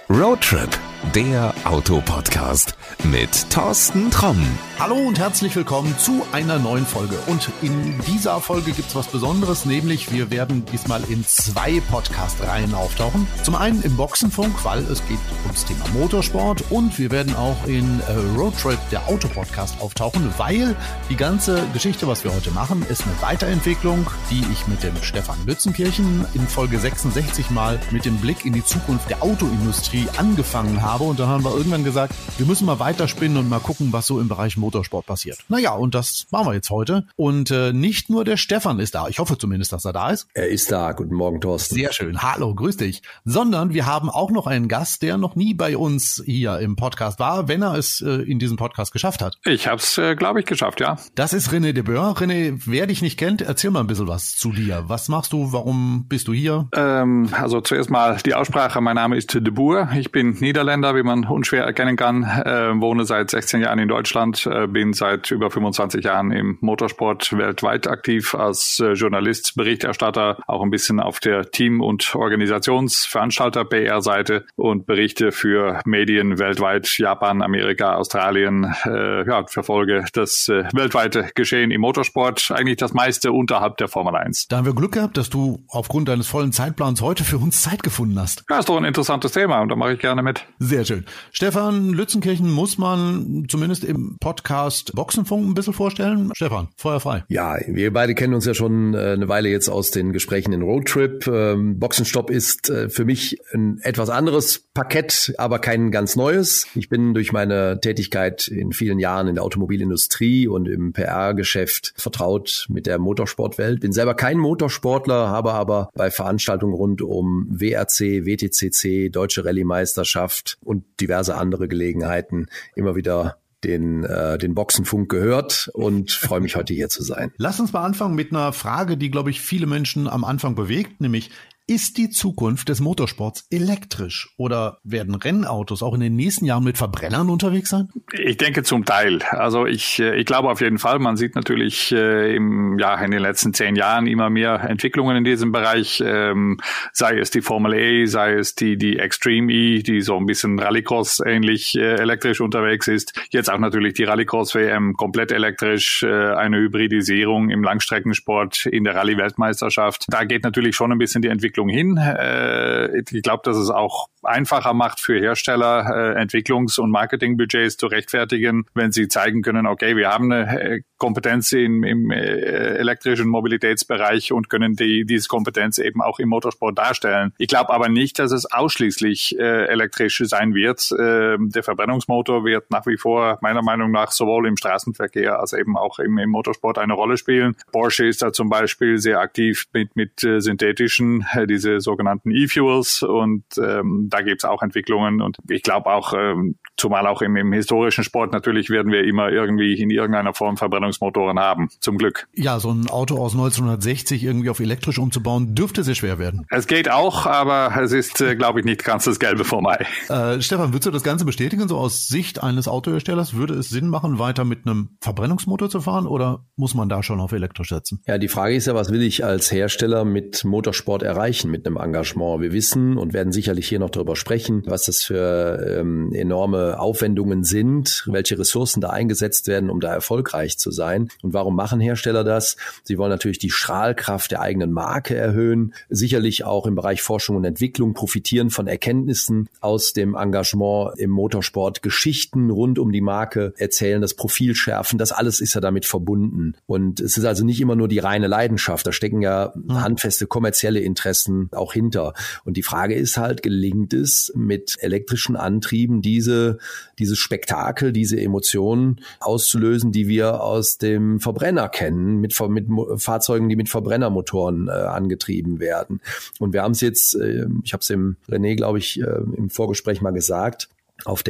Roadtrip, der Autopodcast mit Thorsten Tromm. Hallo und herzlich willkommen zu einer neuen Folge. Und in dieser Folge gibt's was Besonderes, nämlich wir werden diesmal in 2 Podcast-Reihen auftauchen. Zum einen im Boxenfunk, weil es geht ums Thema Motorsport, und wir werden auch in Roadtrip, der Autopodcast, auftauchen, weil die ganze Geschichte, was wir heute machen, ist eine Weiterentwicklung, die ich mit dem Stefan Lützenkirchen in Folge 66 mal mit dem Blick in die Zukunft der Autoindustrie angefangen habe. Und dann haben wir irgendwann gesagt, wir müssen mal weiterspinnen und mal gucken, was so im Bereich Motorsport passiert. Naja, und das machen wir jetzt heute. Und nicht nur der Stefan ist da. Ich hoffe zumindest, dass er da ist. Er ist da. Guten Morgen, Thorsten. Sehr schön. Hallo, grüß dich. Sondern wir haben auch noch einen Gast, der noch nie bei uns hier im Podcast war, wenn er es in diesem Podcast geschafft hat. Ich habe es, glaube ich, geschafft, ja. Das ist René de Boer. René, wer dich nicht kennt, erzähl mal ein bisschen was zu dir. Was machst du? Warum bist du hier? Also zuerst mal die Aussprache. Mein Name ist de Boer. Ich bin Niederländer, wie man unschwer erkennen kann. Wohne seit 16 Jahren in Deutschland. Bin seit über 25 Jahren im Motorsport weltweit aktiv als Journalist, Berichterstatter, auch ein bisschen auf der Team- und Organisationsveranstalter-PR-Seite und berichte für Medien weltweit, Japan, Amerika, Australien, verfolge das weltweite Geschehen im Motorsport, eigentlich das meiste unterhalb der Formel 1. Da haben wir Glück gehabt, dass du aufgrund deines vollen Zeitplans heute für uns Zeit gefunden hast. Ja, ist doch ein interessantes Thema und da mache ich gerne mit. Sehr schön. Stefan Lützenkirchen muss man zumindest im Podcast Boxenfunk ein bisschen vorstellen. Stefan, Feuer frei. Ja, wir beide kennen uns ja schon eine Weile jetzt aus den Gesprächen in Roadtrip. Boxenstopp ist für mich ein etwas anderes Parkett, aber kein ganz neues. Ich bin durch meine Tätigkeit in vielen Jahren in der Automobilindustrie und im PR-Geschäft vertraut mit der Motorsportwelt. Bin selber kein Motorsportler, habe aber bei Veranstaltungen rund um WRC, WTCC, Deutsche Rallye-Meisterschaft und diverse andere Gelegenheiten immer wieder den Boxenfunk gehört und freue mich, heute hier zu sein. Lass uns mal anfangen mit einer Frage, die, glaube ich, viele Menschen am Anfang bewegt, nämlich: Ist die Zukunft des Motorsports elektrisch oder werden Rennautos auch in den nächsten Jahren mit Verbrennern unterwegs sein? Ich denke zum Teil. Also ich glaube auf jeden Fall, man sieht natürlich in den letzten 10 Jahren immer mehr Entwicklungen in diesem Bereich, sei es die Formel E, sei es die Extreme E, die so ein bisschen Rallycross ähnlich elektrisch unterwegs ist. Jetzt auch natürlich die Rallycross-WM komplett elektrisch, eine Hybridisierung im Langstreckensport in der Rallye-Weltmeisterschaft. Da geht natürlich schon ein bisschen die Entwicklung hin. Ich glaube, dass es auch einfacher macht für Hersteller, Entwicklungs- und Marketingbudgets zu rechtfertigen, wenn sie zeigen können, okay, wir haben eine Kompetenz im elektrischen Mobilitätsbereich und können diese Kompetenz eben auch im Motorsport darstellen. Ich glaube aber nicht, dass es ausschließlich elektrisch sein wird. Der Verbrennungsmotor wird nach wie vor meiner Meinung nach sowohl im Straßenverkehr als eben auch im Motorsport eine Rolle spielen. Porsche ist da zum Beispiel sehr aktiv mit synthetischen, diese sogenannten E-Fuels, und da gibt es auch Entwicklungen, und ich glaube auch, zumal auch im historischen Sport natürlich werden wir immer irgendwie in irgendeiner Form Verbrennungsmotoren haben, zum Glück. Ja, so ein Auto aus 1960 irgendwie auf elektrisch umzubauen, dürfte sehr schwer werden. Es geht auch, aber es ist, glaube ich, nicht ganz das Gelbe vom Ei. Stefan, würdest du das Ganze bestätigen, so aus Sicht eines Autoherstellers? Würde es Sinn machen, weiter mit einem Verbrennungsmotor zu fahren, oder muss man da schon auf elektrisch setzen? Ja, die Frage ist ja, was will ich als Hersteller mit Motorsport erreichen, mit einem Engagement? Wir wissen und werden sicherlich hier noch darüber sprechen, was das für enorme Aufwendungen sind, welche Ressourcen da eingesetzt werden, um da erfolgreich zu sein. Und warum machen Hersteller das? Sie wollen natürlich die Strahlkraft der eigenen Marke erhöhen, sicherlich auch im Bereich Forschung und Entwicklung profitieren von Erkenntnissen aus dem Engagement im Motorsport, Geschichten rund um die Marke erzählen, das Profil schärfen, das alles ist ja damit verbunden. Und es ist also nicht immer nur die reine Leidenschaft, da stecken ja handfeste kommerzielle Interessen auch hinter. Und die Frage ist halt, gelingt es mit elektrischen Antrieben dieses Spektakel, diese Emotionen auszulösen, die wir aus dem Verbrenner kennen, mit Fahrzeugen, die mit Verbrennermotoren angetrieben werden. Und wir haben es jetzt, ich habe es dem René, glaube ich, im Vorgespräch mal gesagt, auf der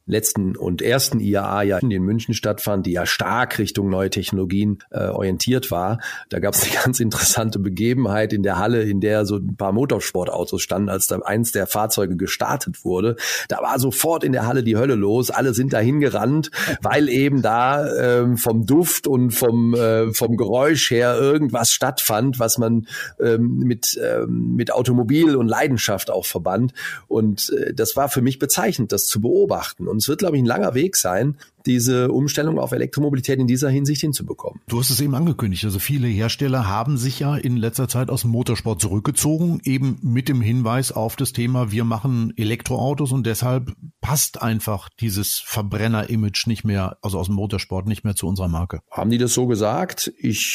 letzten und ersten IAA ja in München stattfand, die ja stark Richtung neue Technologien orientiert war. Da gab es eine ganz interessante Begebenheit in der Halle, in der so ein paar Motorsportautos standen, als da eins der Fahrzeuge gestartet wurde. Da war sofort in der Halle die Hölle los. Alle sind dahin gerannt, weil eben da vom Duft und vom Geräusch her irgendwas stattfand, was man mit Automobil und Leidenschaft auch verband. Und das war für mich bezeichnend, das zu beobachten. Und es wird, glaube ich, ein langer Weg sein, diese Umstellung auf Elektromobilität in dieser Hinsicht hinzubekommen. Du hast es eben angekündigt. Also viele Hersteller haben sich ja in letzter Zeit aus dem Motorsport zurückgezogen, eben mit dem Hinweis auf das Thema, wir machen Elektroautos und deshalb passt einfach dieses Verbrenner-Image nicht mehr, also aus dem Motorsport nicht mehr zu unserer Marke. Haben die das so gesagt?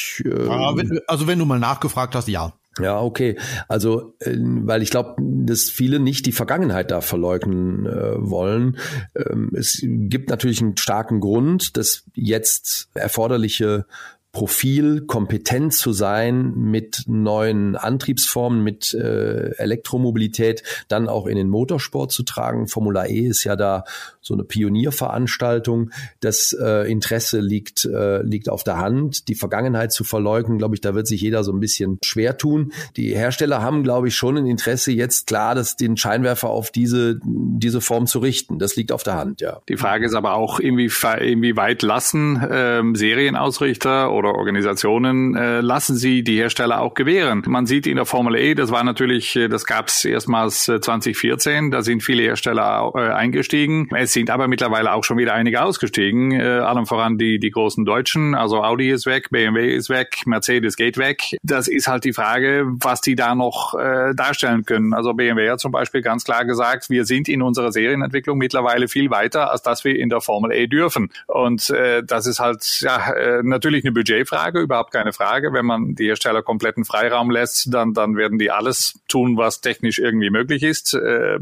Also wenn du mal nachgefragt hast, ja. Ja, okay. Also, weil ich glaube, dass viele nicht die Vergangenheit da verleugnen wollen. Es gibt natürlich einen starken Grund, dass jetzt erforderliche Profil, kompetent zu sein mit neuen Antriebsformen, mit Elektromobilität, dann auch in den Motorsport zu tragen. Formula E ist ja da so eine Pionierveranstaltung. Das Interesse liegt auf der Hand. Die Vergangenheit zu verleugnen, glaube ich, da wird sich jeder so ein bisschen schwer tun. Die Hersteller haben, glaube ich, schon ein Interesse, jetzt klar, den Scheinwerfer auf diese Form zu richten. Das liegt auf der Hand, ja. Die Frage ist aber auch, inwieweit lassen Serienausrichter oder Organisationen lassen sie die Hersteller auch gewähren. Man sieht in der Formel E, das gab es erstmals 2014, da sind viele Hersteller eingestiegen. Es sind aber mittlerweile auch schon wieder einige ausgestiegen, allem voran die großen Deutschen, also Audi ist weg, BMW ist weg, Mercedes geht weg. Das ist halt die Frage, was die da noch darstellen können. Also BMW hat zum Beispiel ganz klar gesagt, wir sind in unserer Serienentwicklung mittlerweile viel weiter, als dass wir in der Formel E dürfen. Und das ist halt natürlich eine Budgetfrage, überhaupt keine Frage. Wenn man die Hersteller kompletten Freiraum lässt, dann werden die alles tun, was technisch irgendwie möglich ist.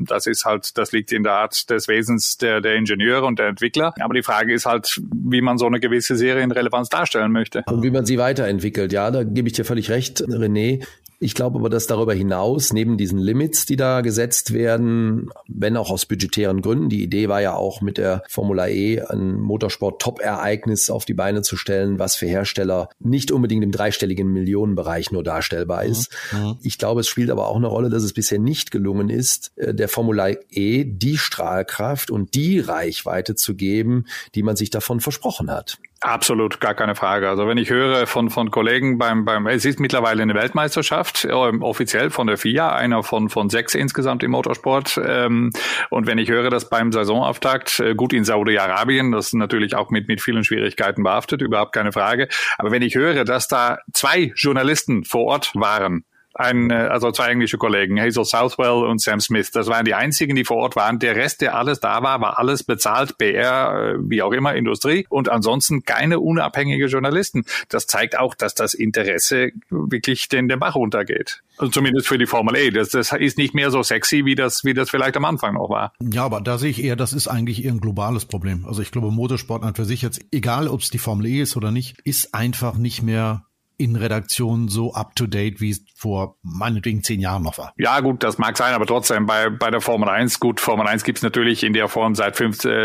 Das liegt in der Art des Wesens der Ingenieure und der Entwickler. Aber die Frage ist halt, wie man so eine gewisse Serienrelevanz darstellen möchte. Und wie man sie weiterentwickelt. Ja, da gebe ich dir völlig recht, René. Ich glaube aber, dass darüber hinaus, neben diesen Limits, die da gesetzt werden, wenn auch aus budgetären Gründen, die Idee war ja auch mit der Formula E ein Motorsport-Top-Ereignis auf die Beine zu stellen, was für Hersteller nicht unbedingt im dreistelligen Millionenbereich nur darstellbar ist. Ich glaube, es spielt aber auch eine Rolle, dass es bisher nicht gelungen ist, der Formula E die Strahlkraft und die Reichweite zu geben, die man sich davon versprochen hat. Absolut, gar keine Frage. Also wenn ich höre von Kollegen es ist mittlerweile eine Weltmeisterschaft, offiziell von der FIA, einer von 6 insgesamt im Motorsport. Und wenn ich höre, dass beim Saisonauftakt, gut in Saudi-Arabien, das ist natürlich auch mit vielen Schwierigkeiten behaftet, überhaupt keine Frage. Aber wenn ich höre, dass da 2 Journalisten vor Ort waren, also 2 englische Kollegen, Hazel Southwell und Sam Smith. Das waren die einzigen, die vor Ort waren. Der Rest, der alles da war alles bezahlt, PR, wie auch immer, Industrie und ansonsten keine unabhängige Journalisten. Das zeigt auch, dass das Interesse wirklich den Bach runtergeht. Also zumindest für die Formel E. Das ist nicht mehr so sexy, wie das vielleicht am Anfang noch war. Ja, aber da sehe ich eher, das ist eigentlich eher ein globales Problem. Also ich glaube, Motorsport an für sich jetzt, egal ob es die Formel E ist oder nicht, ist einfach nicht mehr in Redaktion so up-to-date, wie es vor meinetwegen 10 Jahren noch war. Ja gut, das mag sein, aber trotzdem bei der Formel 1, gut, Formel 1 gibt's natürlich in der Form seit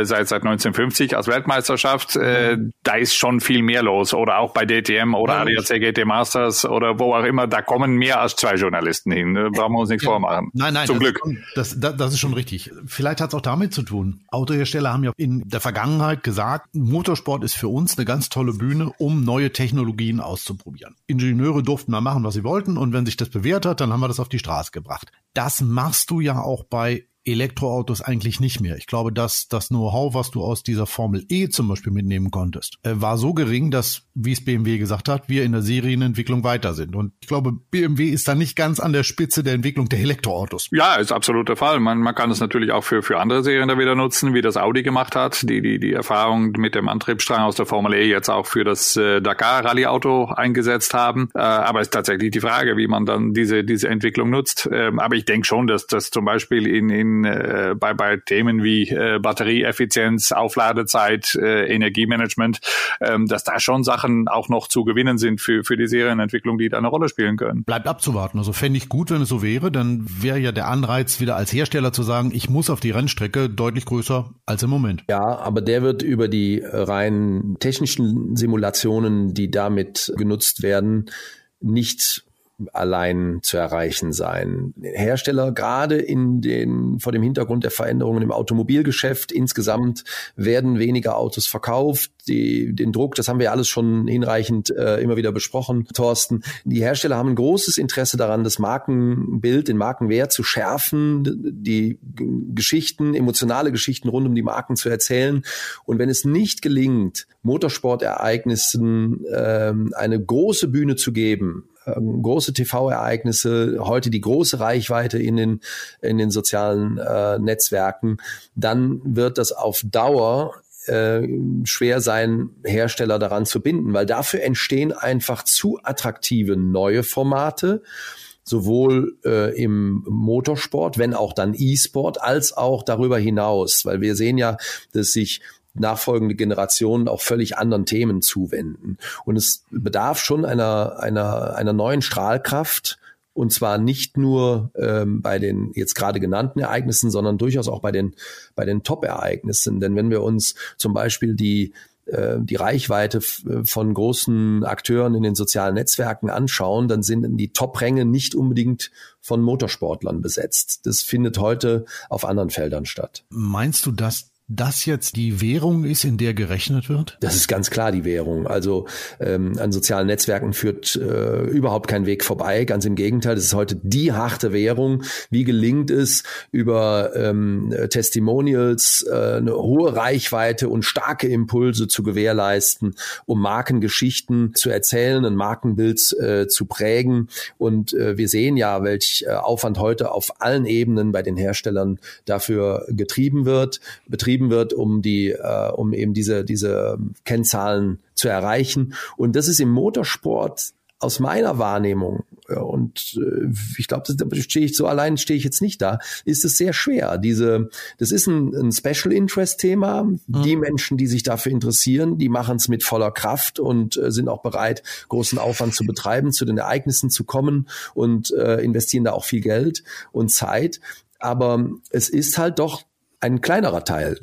1950 als Weltmeisterschaft. Da ist schon viel mehr los. Oder auch bei DTM oder ADAC GT Masters oder wo auch immer, da kommen mehr als 2 Journalisten hin. Da brauchen wir uns nichts vormachen. Nein, zum Glück. Das ist schon richtig. Vielleicht hat es auch damit zu tun. Autohersteller haben ja in der Vergangenheit gesagt, Motorsport ist für uns eine ganz tolle Bühne, um neue Technologien auszuprobieren. Ingenieure durften mal machen, was sie wollten und wenn sich das bewährt hat, dann haben wir das auf die Straße gebracht. Das machst du ja auch bei Elektroautos eigentlich nicht mehr. Ich glaube, dass das Know-how, was du aus dieser Formel E zum Beispiel mitnehmen konntest, war so gering, dass, wie es BMW gesagt hat, wir in der Serienentwicklung weiter sind. Und ich glaube, BMW ist da nicht ganz an der Spitze der Entwicklung der Elektroautos. Ja, ist absolut der Fall. Man kann es natürlich auch für andere Serien da wieder nutzen, wie das Audi gemacht hat, die Erfahrung mit dem Antriebsstrang aus der Formel E jetzt auch für das Dakar-Rallye-Auto eingesetzt haben. Aber es ist tatsächlich die Frage, wie man dann diese Entwicklung nutzt. Aber ich denke schon, dass das zum Beispiel in bei Themen wie Batterieeffizienz, Aufladezeit, Energiemanagement, dass da schon Sachen auch noch zu gewinnen sind für die Serienentwicklung, die da eine Rolle spielen können. Bleibt abzuwarten. Also fände ich gut, wenn es so wäre, dann wäre ja der Anreiz, wieder als Hersteller zu sagen, ich muss auf die Rennstrecke, deutlich größer als im Moment. Ja, aber der wird über die rein technischen Simulationen, die damit genutzt werden, nicht allein zu erreichen sein. Hersteller, gerade vor dem Hintergrund der Veränderungen im Automobilgeschäft, insgesamt werden weniger Autos verkauft. Den Druck, das haben wir alles schon hinreichend immer wieder besprochen, Thorsten. Die Hersteller haben ein großes Interesse daran, das Markenbild, den Markenwert zu schärfen, die Geschichten, emotionale Geschichten rund um die Marken zu erzählen. Und wenn es nicht gelingt, Motorsportereignissen eine große Bühne zu geben, große TV-Ereignisse, heute die große Reichweite in den sozialen Netzwerken, dann wird das auf Dauer schwer sein, Hersteller daran zu binden, weil dafür entstehen einfach zu attraktive neue Formate, sowohl im Motorsport, wenn auch dann E-Sport, als auch darüber hinaus, weil wir sehen ja, dass sich nachfolgende Generationen auch völlig anderen Themen zuwenden. Und es bedarf schon einer neuen Strahlkraft, und zwar nicht nur bei den jetzt gerade genannten Ereignissen, sondern durchaus auch bei den Top-Ereignissen. Denn wenn wir uns zum Beispiel die Reichweite von großen Akteuren in den sozialen Netzwerken anschauen, dann sind die Top-Ränge nicht unbedingt von Motorsportlern besetzt. Das findet heute auf anderen Feldern statt. Meinst du, dass das jetzt die Währung ist, in der gerechnet wird? Das ist ganz klar die Währung. Also an sozialen Netzwerken führt überhaupt kein Weg vorbei. Ganz im Gegenteil, das ist heute die harte Währung. Wie gelingt es, über Testimonials eine hohe Reichweite und starke Impulse zu gewährleisten, um Markengeschichten zu erzählen, ein Markenbild zu prägen. Und wir sehen ja, welch Aufwand heute auf allen Ebenen bei den Herstellern dafür betrieben wird, um eben diese Kennzahlen zu erreichen. Und das ist im Motorsport aus meiner Wahrnehmung, und ich glaube, stehe ich jetzt nicht da, ist es sehr schwer. Das ist ein Special Interest Thema. Die Menschen, die sich dafür interessieren, die machen es mit voller Kraft und sind auch bereit, großen Aufwand zu betreiben, zu den Ereignissen zu kommen und investieren da auch viel Geld und Zeit. Aber es ist halt doch ein kleinerer Teil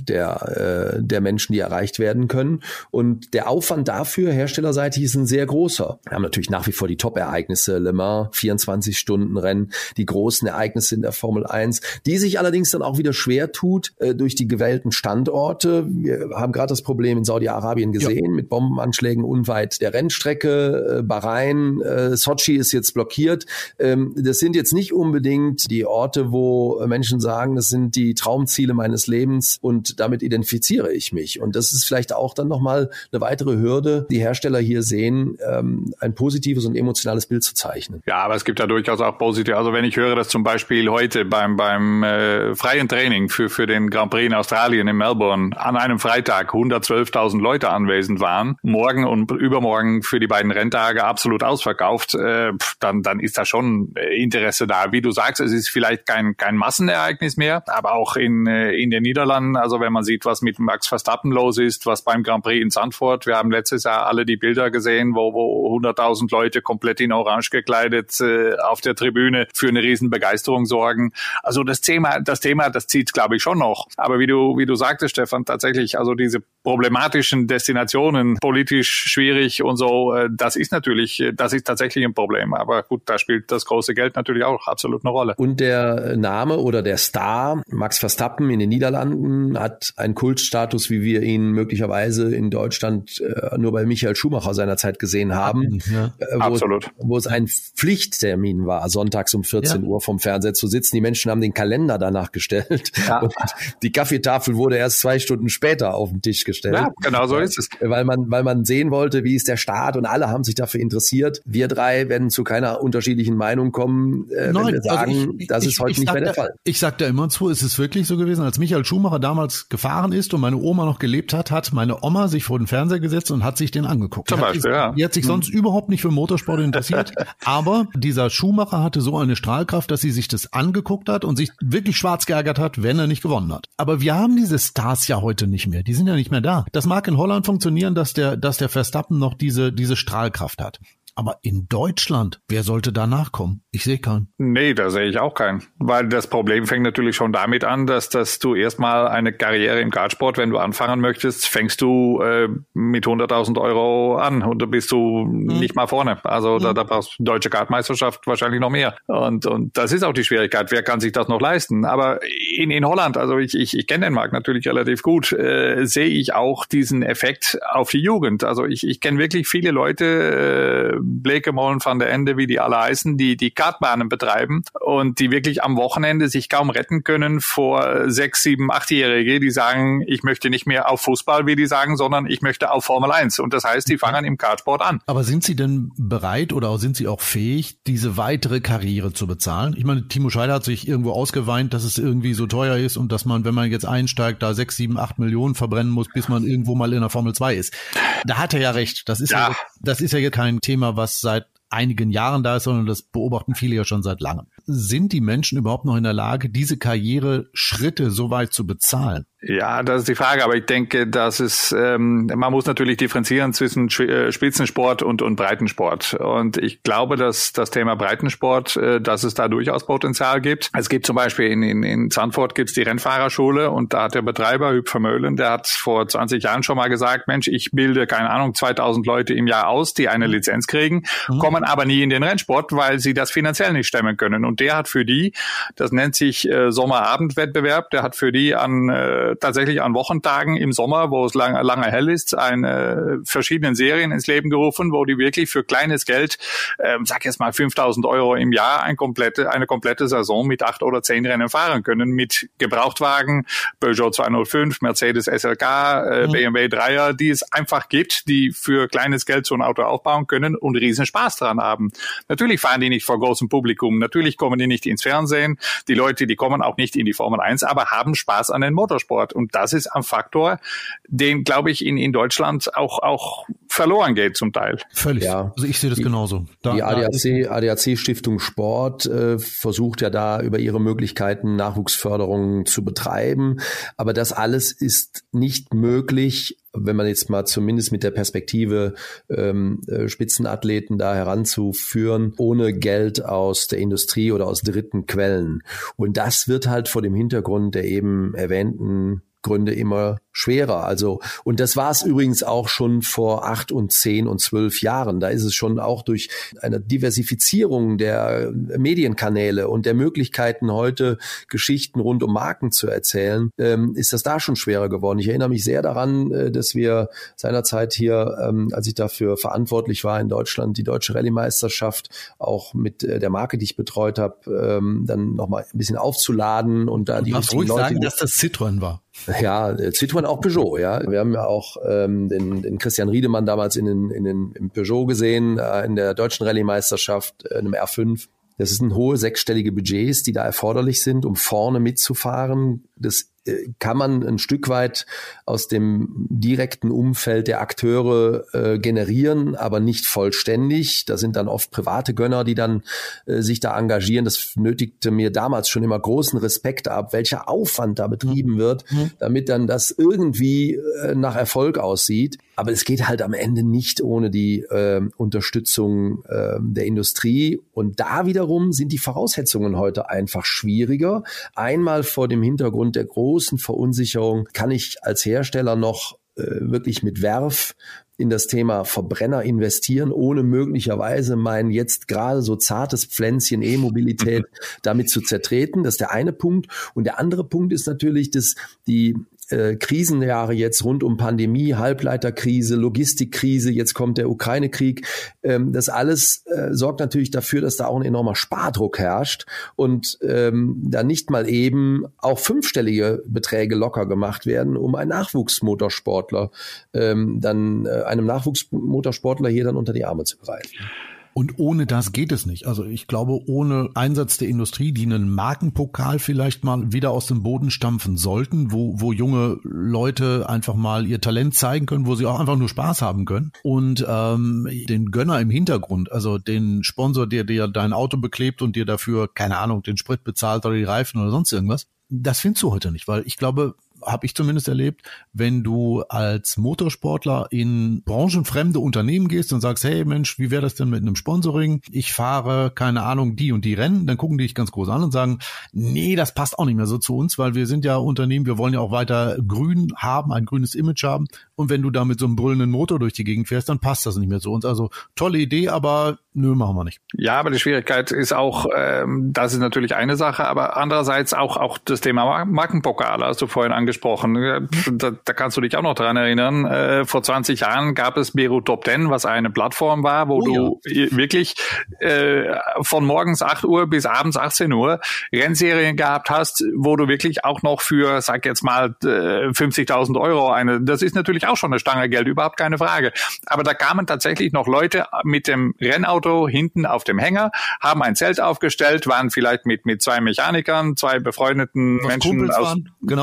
der Menschen, die erreicht werden können. Und der Aufwand dafür, herstellerseitig, ist ein sehr großer. Wir haben natürlich nach wie vor die Top-Ereignisse, Le Mans, 24-Stunden-Rennen, die großen Ereignisse in der Formel 1, die sich allerdings dann auch wieder schwer tut durch die gewählten Standorte. Wir haben gerade das Problem in Saudi-Arabien gesehen, mit Bombenanschlägen unweit der Rennstrecke, Bahrain, Sochi ist jetzt blockiert. Das sind jetzt nicht unbedingt die Orte, wo Menschen sagen, das sind die Traumziele meines Lebens und damit identifiziere ich mich. Und das ist vielleicht auch dann nochmal eine weitere Hürde, die Hersteller hier sehen, ein positives und emotionales Bild zu zeichnen. Ja, aber es gibt ja durchaus auch positive. Also wenn ich höre, dass zum Beispiel heute beim freien Training für den Grand Prix in Australien in Melbourne an einem Freitag 112.000 Leute anwesend waren, morgen und übermorgen für die beiden Renntage absolut ausverkauft, dann ist da schon Interesse da. Wie du sagst, es ist vielleicht kein Massenereignis mehr, aber auch in den Niederlanden, also wenn man sieht, was mit Max Verstappen los ist, was beim Grand Prix in Zandvoort, wir haben letztes Jahr alle die Bilder gesehen, wo 100.000 Leute komplett in Orange gekleidet auf der Tribüne für eine riesen Begeisterung sorgen. Also das Thema, das zieht, glaube ich, schon noch. Aber wie du sagtest, Stefan, tatsächlich, also diese problematischen Destinationen, politisch schwierig und so, das ist tatsächlich ein Problem. Aber gut, da spielt das große Geld natürlich auch absolut eine Rolle. Und der Name oder der Star, Max Verstappen in den Niederlanden, hat einen Kultstatus, wie wir ihn möglicherweise in Deutschland nur bei Michael Schumacher seinerzeit gesehen haben, wo es ein Pflichttermin war, sonntags um 14 Uhr vom Fernseher zu sitzen. Die Menschen haben den Kalender danach gestellt und die Kaffeetafel wurde erst 2 Stunden später auf den Tisch gestellt. Ja, genau so ist es. Weil man sehen wollte, wie ist der Start, und alle haben sich dafür interessiert. Wir drei werden zu keiner unterschiedlichen Meinung kommen, wenn wir sagen, das ist heute nicht mehr der Fall. Ich sag da immer zu, ist es wirklich so gewesen, als Michael Schumacher damals gefahren ist und meine Oma noch gelebt hat, hat meine Oma sich vor den Fernseher gesetzt und hat sich den angeguckt. Zum Beispiel, ja. Die hat sich sonst überhaupt nicht für Motorsport interessiert, aber dieser Schumacher hatte so eine Strahlkraft, dass sie sich das angeguckt hat und sich wirklich schwarz geärgert hat, wenn er nicht gewonnen hat. Aber wir haben diese Stars ja heute nicht mehr. Die sind ja nicht mehr da. Das mag in Holland funktionieren, dass der Verstappen noch diese Strahlkraft hat. Aber in Deutschland, wer sollte da nachkommen? Ich sehe keinen. Nee, da sehe ich auch keinen. Weil das Problem fängt natürlich schon damit an, dass du erstmal eine Karriere im Kartsport, wenn du anfangen möchtest, fängst du mit 100.000 Euro an und da bist du nicht mal vorne. Also da brauchst du deutsche Kartmeisterschaft wahrscheinlich noch mehr. Und das ist auch die Schwierigkeit. Wer kann sich das noch leisten? Aber in Holland, also ich kenne den Markt natürlich relativ gut, sehe ich auch diesen Effekt auf die Jugend. Also ich kenne wirklich viele Leute, Blekemolen, Van der Ende, wie die alle heißen, die Kartbahnen betreiben und die wirklich am Wochenende sich kaum retten können vor 6, 7, 8-Jährige, die sagen, ich möchte nicht mehr auf Fußball, wie die sagen, sondern ich möchte auf Formel 1. Und das heißt, die fangen im Kartsport an. Aber sind Sie denn bereit oder sind Sie auch fähig, diese weitere Karriere zu bezahlen? Ich meine, Timo Scheider hat sich irgendwo ausgeweint, dass es irgendwie so teuer ist und dass man, wenn man jetzt einsteigt, da 6, 7, 8 Millionen verbrennen muss, bis man irgendwo mal in der Formel 2 ist. Da hat er ja recht. Das ist ja jetzt kein Thema, was seit einigen Jahren da ist, sondern das beobachten viele ja schon seit langem. Sind die Menschen überhaupt noch in der Lage, diese Karriereschritte so weit zu bezahlen? Ja, das ist die Frage, aber ich denke, dass man muss natürlich differenzieren zwischen Spitzensport und Breitensport. Und ich glaube, dass das Thema Breitensport, dass es da durchaus Potenzial gibt. Es gibt zum Beispiel in Zandvoort gibt's die Rennfahrerschule und da hat der Betreiber Huub Vermeulen, der hat vor 20 Jahren schon mal gesagt, Mensch, ich bilde, keine Ahnung, 2000 Leute im Jahr aus, die eine Lizenz kriegen, kommen aber nie in den Rennsport, weil sie das finanziell nicht stemmen können. Und der hat für die, das nennt sich Sommerabendwettbewerb, der hat für die tatsächlich an Wochentagen im Sommer, wo es lange hell ist, verschiedene Serien ins Leben gerufen, wo die wirklich für kleines Geld, sag jetzt mal 5.000 Euro im Jahr, eine komplette Saison mit 8 oder 10 Rennen fahren können, mit Gebrauchtwagen, Peugeot 205, Mercedes SLK, BMW 3er, die es einfach gibt, die für kleines Geld so ein Auto aufbauen können und riesen Spaß dran haben. Natürlich fahren die nicht vor großem Publikum, natürlich kommen die nicht ins Fernsehen, die Leute, die kommen auch nicht in die Formel 1, aber haben Spaß an den Motorsport. Und das ist ein Faktor, den, glaube ich, in Deutschland auch verloren geht zum Teil. Völlig. Ja. Also ich sehe das genauso. Die ADAC Stiftung Sport versucht ja da über ihre Möglichkeiten Nachwuchsförderung zu betreiben. Aber das alles ist nicht möglich, wenn man jetzt mal zumindest mit der Perspektive Spitzenathleten da heranzuführen, ohne Geld aus der Industrie oder aus dritten Quellen. Und das wird halt vor dem Hintergrund der eben erwähnten Gründe immer schwerer. Also, und das war es übrigens auch schon vor 8 und 10 und 12 Jahren. Da ist es schon auch durch eine Diversifizierung der Medienkanäle und der Möglichkeiten, heute Geschichten rund um Marken zu erzählen, ist das da schon schwerer geworden. Ich erinnere mich sehr daran, dass wir seinerzeit hier, als ich dafür verantwortlich war in Deutschland, die Deutsche Rallye-Meisterschaft auch mit der Marke, die ich betreut habe, dann nochmal ein bisschen aufzuladen und da die richtigen Leute sagen, dass das Citroën war. Ja, Citroën, auch Peugeot, ja. Wir haben ja auch den Christian Riedemann damals im Peugeot gesehen, in der deutschen Rallye-Meisterschaft, in einem R5. Das sind hohe 6-stellige Budgets, die da erforderlich sind, um vorne mitzufahren. Das kann man ein Stück weit aus dem direkten Umfeld der Akteure generieren, aber nicht vollständig. Da sind dann oft private Gönner, die dann sich da engagieren. Das nötigte mir damals schon immer großen Respekt ab, welcher Aufwand da betrieben wird, damit dann das irgendwie nach Erfolg aussieht. Aber es geht halt am Ende nicht ohne die Unterstützung der Industrie. Und da wiederum sind die Voraussetzungen heute einfach schwieriger. Einmal vor dem Hintergrund der großen Verunsicherung, kann ich als Hersteller noch wirklich mit Werf in das Thema Verbrenner investieren, ohne möglicherweise mein jetzt gerade so zartes Pflänzchen E-Mobilität damit zu zertreten. Das ist der eine Punkt. Und der andere Punkt ist natürlich, dass die Krisenjahre jetzt rund um Pandemie, Halbleiterkrise, Logistikkrise, jetzt kommt der Ukraine-Krieg. Das alles sorgt natürlich dafür, dass da auch ein enormer Spardruck herrscht und da nicht mal eben auch 5-stellige Beträge locker gemacht werden, um einen Nachwuchsmotorsportler einem Nachwuchsmotorsportler hier dann unter die Arme zu greifen. Und ohne das geht es nicht. Also ich glaube, ohne Einsatz der Industrie, die einen Markenpokal vielleicht mal wieder aus dem Boden stampfen sollten, wo junge Leute einfach mal ihr Talent zeigen können, wo sie auch einfach nur Spaß haben können. Und den Gönner im Hintergrund, also den Sponsor, der dir dein Auto beklebt und dir dafür, keine Ahnung, den Sprit bezahlt oder die Reifen oder sonst irgendwas, das findest du heute nicht, weil ich glaube, habe ich zumindest erlebt, wenn du als Motorsportler in branchenfremde Unternehmen gehst und sagst, hey Mensch, wie wäre das denn mit einem Sponsoring? Ich fahre, keine Ahnung, die und die Rennen, dann gucken die dich ganz groß an und sagen, nee, das passt auch nicht mehr so zu uns, weil wir sind ja Unternehmen, wir wollen ja auch weiter grün haben, ein grünes Image haben, und wenn du da mit so einem brüllenden Motor durch die Gegend fährst, dann passt das nicht mehr zu uns. Also tolle Idee, aber nö, machen wir nicht. Ja, aber die Schwierigkeit ist auch, das ist natürlich eine Sache, aber andererseits auch das Thema Markenpokale hast du vorhin angesprochen. Da kannst du dich auch noch dran erinnern. Vor 20 Jahren gab es Beirut Top 10, was eine Plattform war, wo du wirklich von morgens 8 Uhr bis abends 18 Uhr Rennserien gehabt hast, wo du wirklich auch noch für, sag jetzt mal, 50.000 Euro das ist natürlich auch schon eine Stange Geld, überhaupt keine Frage. Aber da kamen tatsächlich noch Leute mit dem Rennauto hinten auf dem Hänger, haben ein Zelt aufgestellt, waren vielleicht mit 2 Mechanikern, 2 befreundeten Menschen aus, genau,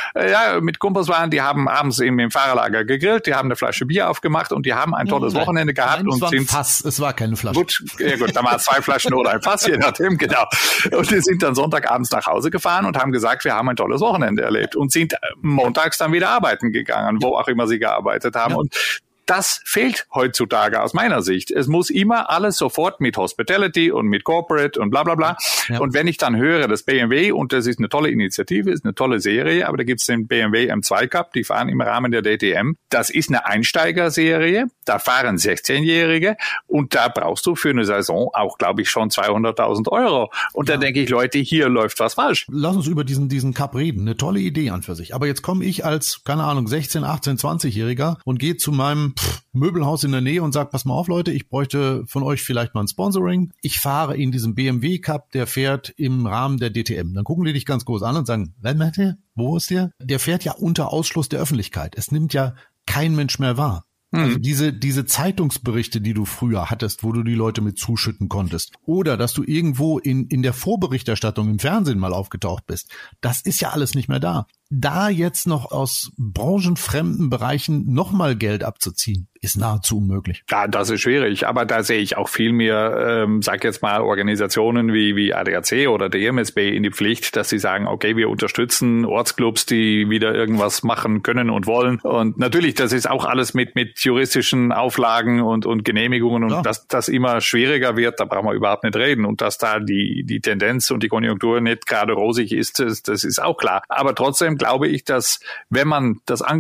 ja, mit Kumpels waren, die haben abends im Fahrerlager gegrillt, die haben eine Flasche Bier aufgemacht und die haben ein tolles Wochenende gehabt. Und es war ein Fass, es war keine Flasche. Gut, da waren 2 Flaschen oder ein Fass, je nachdem, genau. Und die sind dann Sonntagabends nach Hause gefahren und haben gesagt, wir haben ein tolles Wochenende erlebt und sind montags dann wieder arbeiten gegangen, wo auch immer sie gearbeitet haben. Ja. Und das fehlt heutzutage aus meiner Sicht. Es muss immer alles sofort mit Hospitality und mit Corporate und bla bla bla. Ja. Und wenn ich dann höre, dass BMW, und das ist eine tolle Initiative, ist eine tolle Serie, aber da gibt's den BMW M2 Cup, die fahren im Rahmen der DTM. Das ist eine Einsteigerserie, da fahren 16-Jährige und da brauchst du für eine Saison auch, glaube ich, schon 200.000 Euro. Und da denke ich, Leute, hier läuft was falsch. Lass uns über diesen Cup reden. Eine tolle Idee an für sich. Aber jetzt komme ich als, keine Ahnung, 16, 18, 20-Jähriger und gehe zu meinem Möbelhaus in der Nähe und sag, pass mal auf, Leute, ich bräuchte von euch vielleicht mal ein Sponsoring. Ich fahre in diesem BMW Cup, der fährt im Rahmen der DTM. Dann gucken die dich ganz groß an und sagen, wer macht der? Wo ist der? Der fährt ja unter Ausschluss der Öffentlichkeit. Es nimmt ja kein Mensch mehr wahr. Also diese Zeitungsberichte, die du früher hattest, wo du die Leute mit zuschütten konntest, oder dass du irgendwo in der Vorberichterstattung im Fernsehen mal aufgetaucht bist, das ist ja alles nicht mehr da. Da jetzt noch aus branchenfremden Bereichen nochmal Geld abzuziehen, ist nahezu unmöglich. Ja, das ist schwierig, aber da sehe ich auch viel mehr, sag jetzt mal, Organisationen wie ADAC oder DMSB in die Pflicht, dass sie sagen, okay, wir unterstützen Ortsclubs, die wieder irgendwas machen können und wollen. Und natürlich, das ist auch alles mit juristischen Auflagen und Genehmigungen und dass das immer schwieriger wird, da brauchen wir überhaupt nicht reden. Und dass da die Tendenz und die Konjunktur nicht gerade rosig ist, das ist auch klar. Aber trotzdem glaube ich, dass wenn man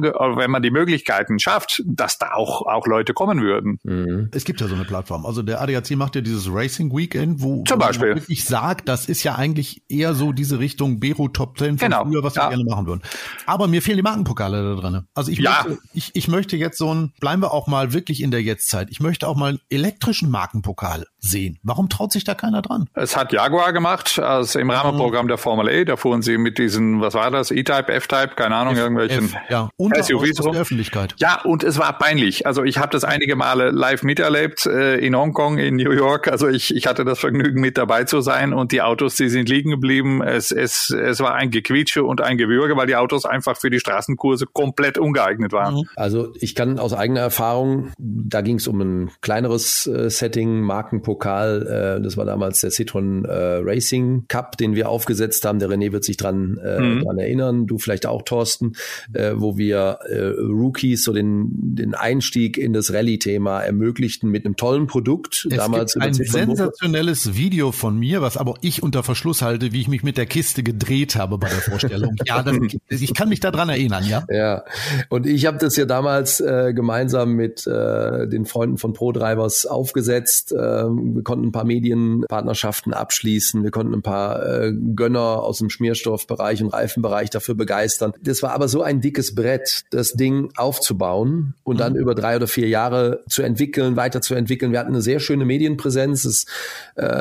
die Möglichkeiten schafft, dass da auch Leute kommen würden. Es gibt ja so eine Plattform. Also der ADAC macht ja dieses Racing Weekend, wo zum Beispiel ich sage, das ist ja eigentlich eher so diese Richtung Beirut Top 10 von früher, was wir gerne machen würden. Aber mir fehlen die Markenpokale da drin. Also ich möchte jetzt bleiben wir auch mal wirklich in der Jetztzeit. Ich möchte auch mal einen elektrischen Markenpokal sehen. Warum traut sich da keiner dran? Es hat Jaguar gemacht, also im Rahmenprogramm der Formel E. Da fuhren sie mit diesen, was war das, E-Type, F-Type, keine Ahnung, irgendwelchen SUVs rum. Der Öffentlichkeit. Ja, und es war peinlich. Also ich habe das einige Male live miterlebt, in Hongkong, in New York. Also ich hatte das Vergnügen, mit dabei zu sein und die Autos, die sind liegen geblieben. Es war ein Gequietsche und ein Gewürge, weil die Autos einfach für die Straßenkurse komplett ungeeignet waren. Also ich kann aus eigener Erfahrung, da ging es um ein kleineres Setting, Markenpokal, das war damals der Citroën Racing Cup, den wir aufgesetzt haben. Der René wird sich dran erinnern, du vielleicht auch, Thorsten, wo wir Rookies so den Einstieg in das Rallye-Thema ermöglichten mit einem tollen Produkt. Es damals gibt ein sensationelles Video von mir, was aber ich unter Verschluss halte, wie ich mich mit der Kiste gedreht habe bei der Vorstellung. Ja, ich kann mich daran erinnern, ja. Ja, und ich habe das ja damals gemeinsam mit den Freunden von ProDrivers aufgesetzt. Wir konnten ein paar Medienpartnerschaften abschließen. Wir konnten ein paar Gönner aus dem Schmierstoffbereich und Reifenbereich dafür begeistern. Das war aber so ein dickes Brett, das Ding aufzubauen und dann über 3 oder 4 Jahre zu entwickeln, weiterzuentwickeln. Wir hatten eine sehr schöne Medienpräsenz.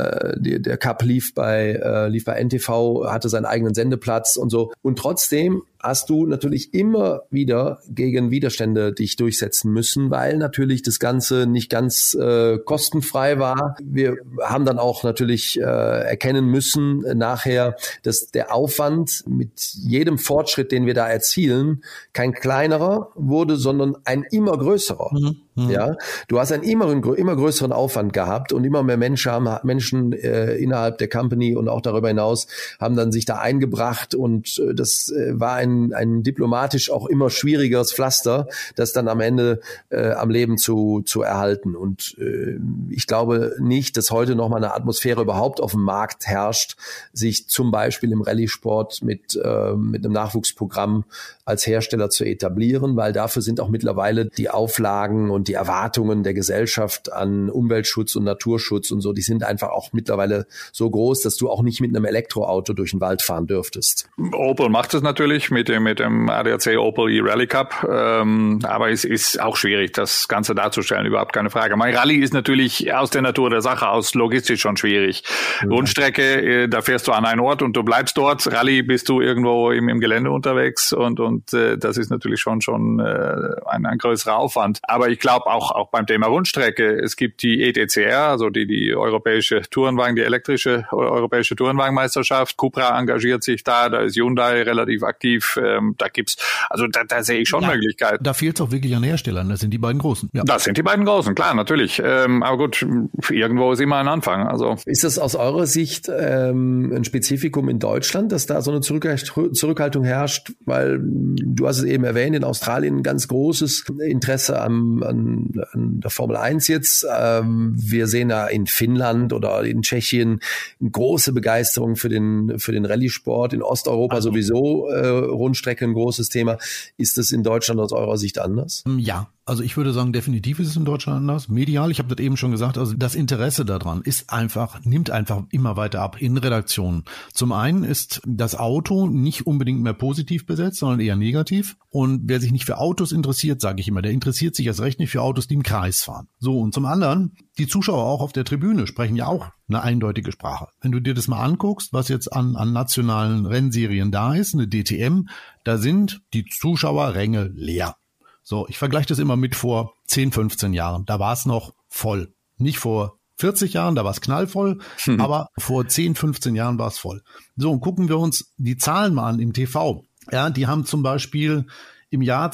Der Cup lief bei NTV, hatte seinen eigenen Sendeplatz und so. Und trotzdem hast du natürlich immer wieder gegen Widerstände dich durchsetzen müssen, weil natürlich das Ganze nicht ganz kostenfrei war. Wir haben dann auch natürlich erkennen müssen nachher, dass der Aufwand mit jedem Fortschritt, den wir da erzielen, kein kleinerer wurde, sondern ein immer größerer. Ja, du hast einen immer größeren Aufwand gehabt und immer mehr Menschen innerhalb der Company und auch darüber hinaus haben dann sich da eingebracht und das war ein diplomatisch auch immer schwierigeres Pflaster, das dann am Ende am Leben zu erhalten. Und ich glaube nicht, dass heute noch mal eine Atmosphäre überhaupt auf dem Markt herrscht, sich zum Beispiel im Rallye-Sport mit einem Nachwuchsprogramm als Hersteller zu etablieren, weil dafür sind auch mittlerweile die Auflagen und die Erwartungen der Gesellschaft an Umweltschutz und Naturschutz und so, die sind einfach auch mittlerweile so groß, dass du auch nicht mit einem Elektroauto durch den Wald fahren dürftest. Opel macht es natürlich mit dem ADAC Opel E-Rally Cup, aber es ist auch schwierig, das Ganze darzustellen, überhaupt keine Frage. Mein Rallye ist natürlich aus der Natur der Sache aus logistisch schon schwierig. Rundstrecke, da fährst du an einen Ort und du bleibst dort. Rallye bist du irgendwo im Gelände unterwegs und das ist natürlich schon ein größerer Aufwand. Aber ich glaube auch beim Thema Rundstrecke, es gibt die ETCR, also die europäische Tourenwagen, die elektrische europäische Tourenwagenmeisterschaft. Cupra engagiert sich da ist Hyundai relativ aktiv. Da sehe ich schon Möglichkeiten. Da fehlt es auch wirklich an Herstellern, das sind die beiden Großen. Ja. Das sind die beiden Großen, klar, natürlich. Aber gut, irgendwo ist immer ein Anfang. Also ist das aus eurer Sicht ein Spezifikum in Deutschland, dass da so eine Zurückhaltung herrscht? Weil du hast es eben erwähnt, in Australien ein ganz großes Interesse an der Formel 1 jetzt. Wir sehen da in Finnland oder in Tschechien eine große Begeisterung für den Rallye-Sport. In Osteuropa sowieso Rundstrecke ein großes Thema. Ist das in Deutschland aus eurer Sicht anders? Ja. Also ich würde sagen, definitiv ist es in Deutschland anders. Medial, ich habe das eben schon gesagt, also das Interesse daran nimmt einfach immer weiter ab in Redaktionen. Zum einen ist das Auto nicht unbedingt mehr positiv besetzt, sondern eher negativ. Und wer sich nicht für Autos interessiert, sage ich immer, der interessiert sich erst recht nicht für Autos, die im Kreis fahren. So, und zum anderen, die Zuschauer auch auf der Tribüne sprechen ja auch eine eindeutige Sprache. Wenn du dir das mal anguckst, was jetzt an nationalen Rennserien da ist, eine DTM, da sind die Zuschauerränge leer. So, ich vergleiche das immer mit vor 10, 15 Jahren. Da war es noch voll. Nicht vor 40 Jahren, da war es knallvoll, aber vor 10, 15 Jahren war es voll. So, und gucken wir uns die Zahlen mal an im TV. Ja, die haben zum Beispiel im Jahr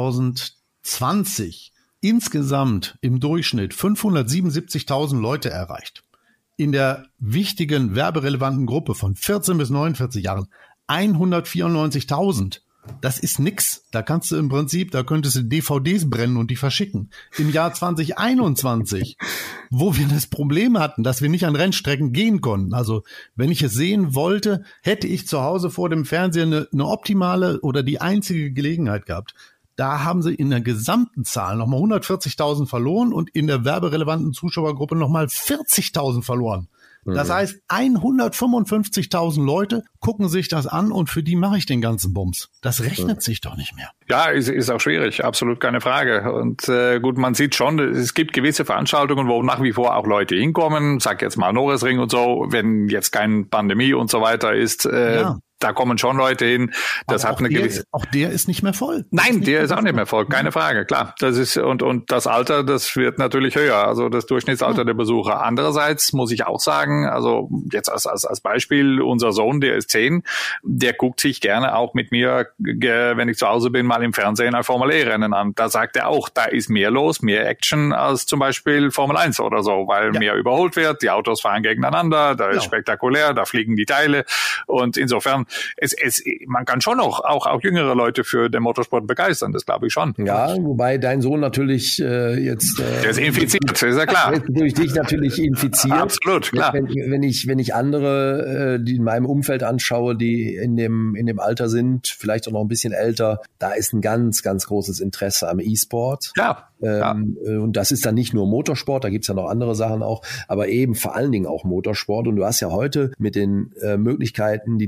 2020 insgesamt im Durchschnitt 577.000 Leute erreicht. In der wichtigen werberelevanten Gruppe von 14 bis 49 Jahren 194.000. Das ist nix. Da könntest du DVDs brennen und die verschicken. Im Jahr 2021, wo wir das Problem hatten, dass wir nicht an Rennstrecken gehen konnten. Also, wenn ich es sehen wollte, hätte ich zu Hause vor dem Fernseher eine optimale oder die einzige Gelegenheit gehabt. Da haben sie in der gesamten Zahl nochmal 140.000 verloren und in der werberelevanten Zuschauergruppe nochmal 40.000 verloren. Das heißt, 155.000 Leute gucken sich das an und für die mache ich den ganzen Bums. Das rechnet sich doch nicht mehr. Ja, ist auch schwierig, absolut keine Frage. Und gut, man sieht schon, es gibt gewisse Veranstaltungen, wo nach wie vor auch Leute hinkommen. Sag jetzt mal Norrisring und so, wenn jetzt keine Pandemie und so weiter ist. Da kommen schon Leute hin. Das hat eine gewisse. Auch der ist nicht mehr voll. Nein, der ist auch nicht mehr voll. Keine Frage. Klar. Das ist, und das Alter, das wird natürlich höher. Also das Durchschnittsalter der Besucher. Andererseits muss ich auch sagen, also jetzt als Beispiel, unser Sohn, der ist 10, der guckt sich gerne auch mit mir, wenn ich zu Hause bin, mal im Fernsehen ein Formel-E-Rennen an. Da sagt er auch, da ist mehr los, mehr Action als zum Beispiel Formel 1 oder so, weil mehr überholt wird, die Autos fahren gegeneinander, da ist spektakulär, da fliegen die Teile und insofern man kann schon auch jüngere Leute für den Motorsport begeistern, das glaube ich schon. Ja, wobei dein Sohn natürlich jetzt... der ist infiziert, ist ja klar. Der ist durch dich natürlich infiziert. Absolut, klar. Wenn ich andere, die in meinem Umfeld anschaue, die in dem Alter sind, vielleicht auch noch ein bisschen älter, da ist ein ganz, ganz großes Interesse am E-Sport. Ja. Und das ist dann nicht nur Motorsport, da gibt's ja noch andere Sachen auch, aber eben vor allen Dingen auch Motorsport. Und du hast ja heute mit den Möglichkeiten, die diese Branche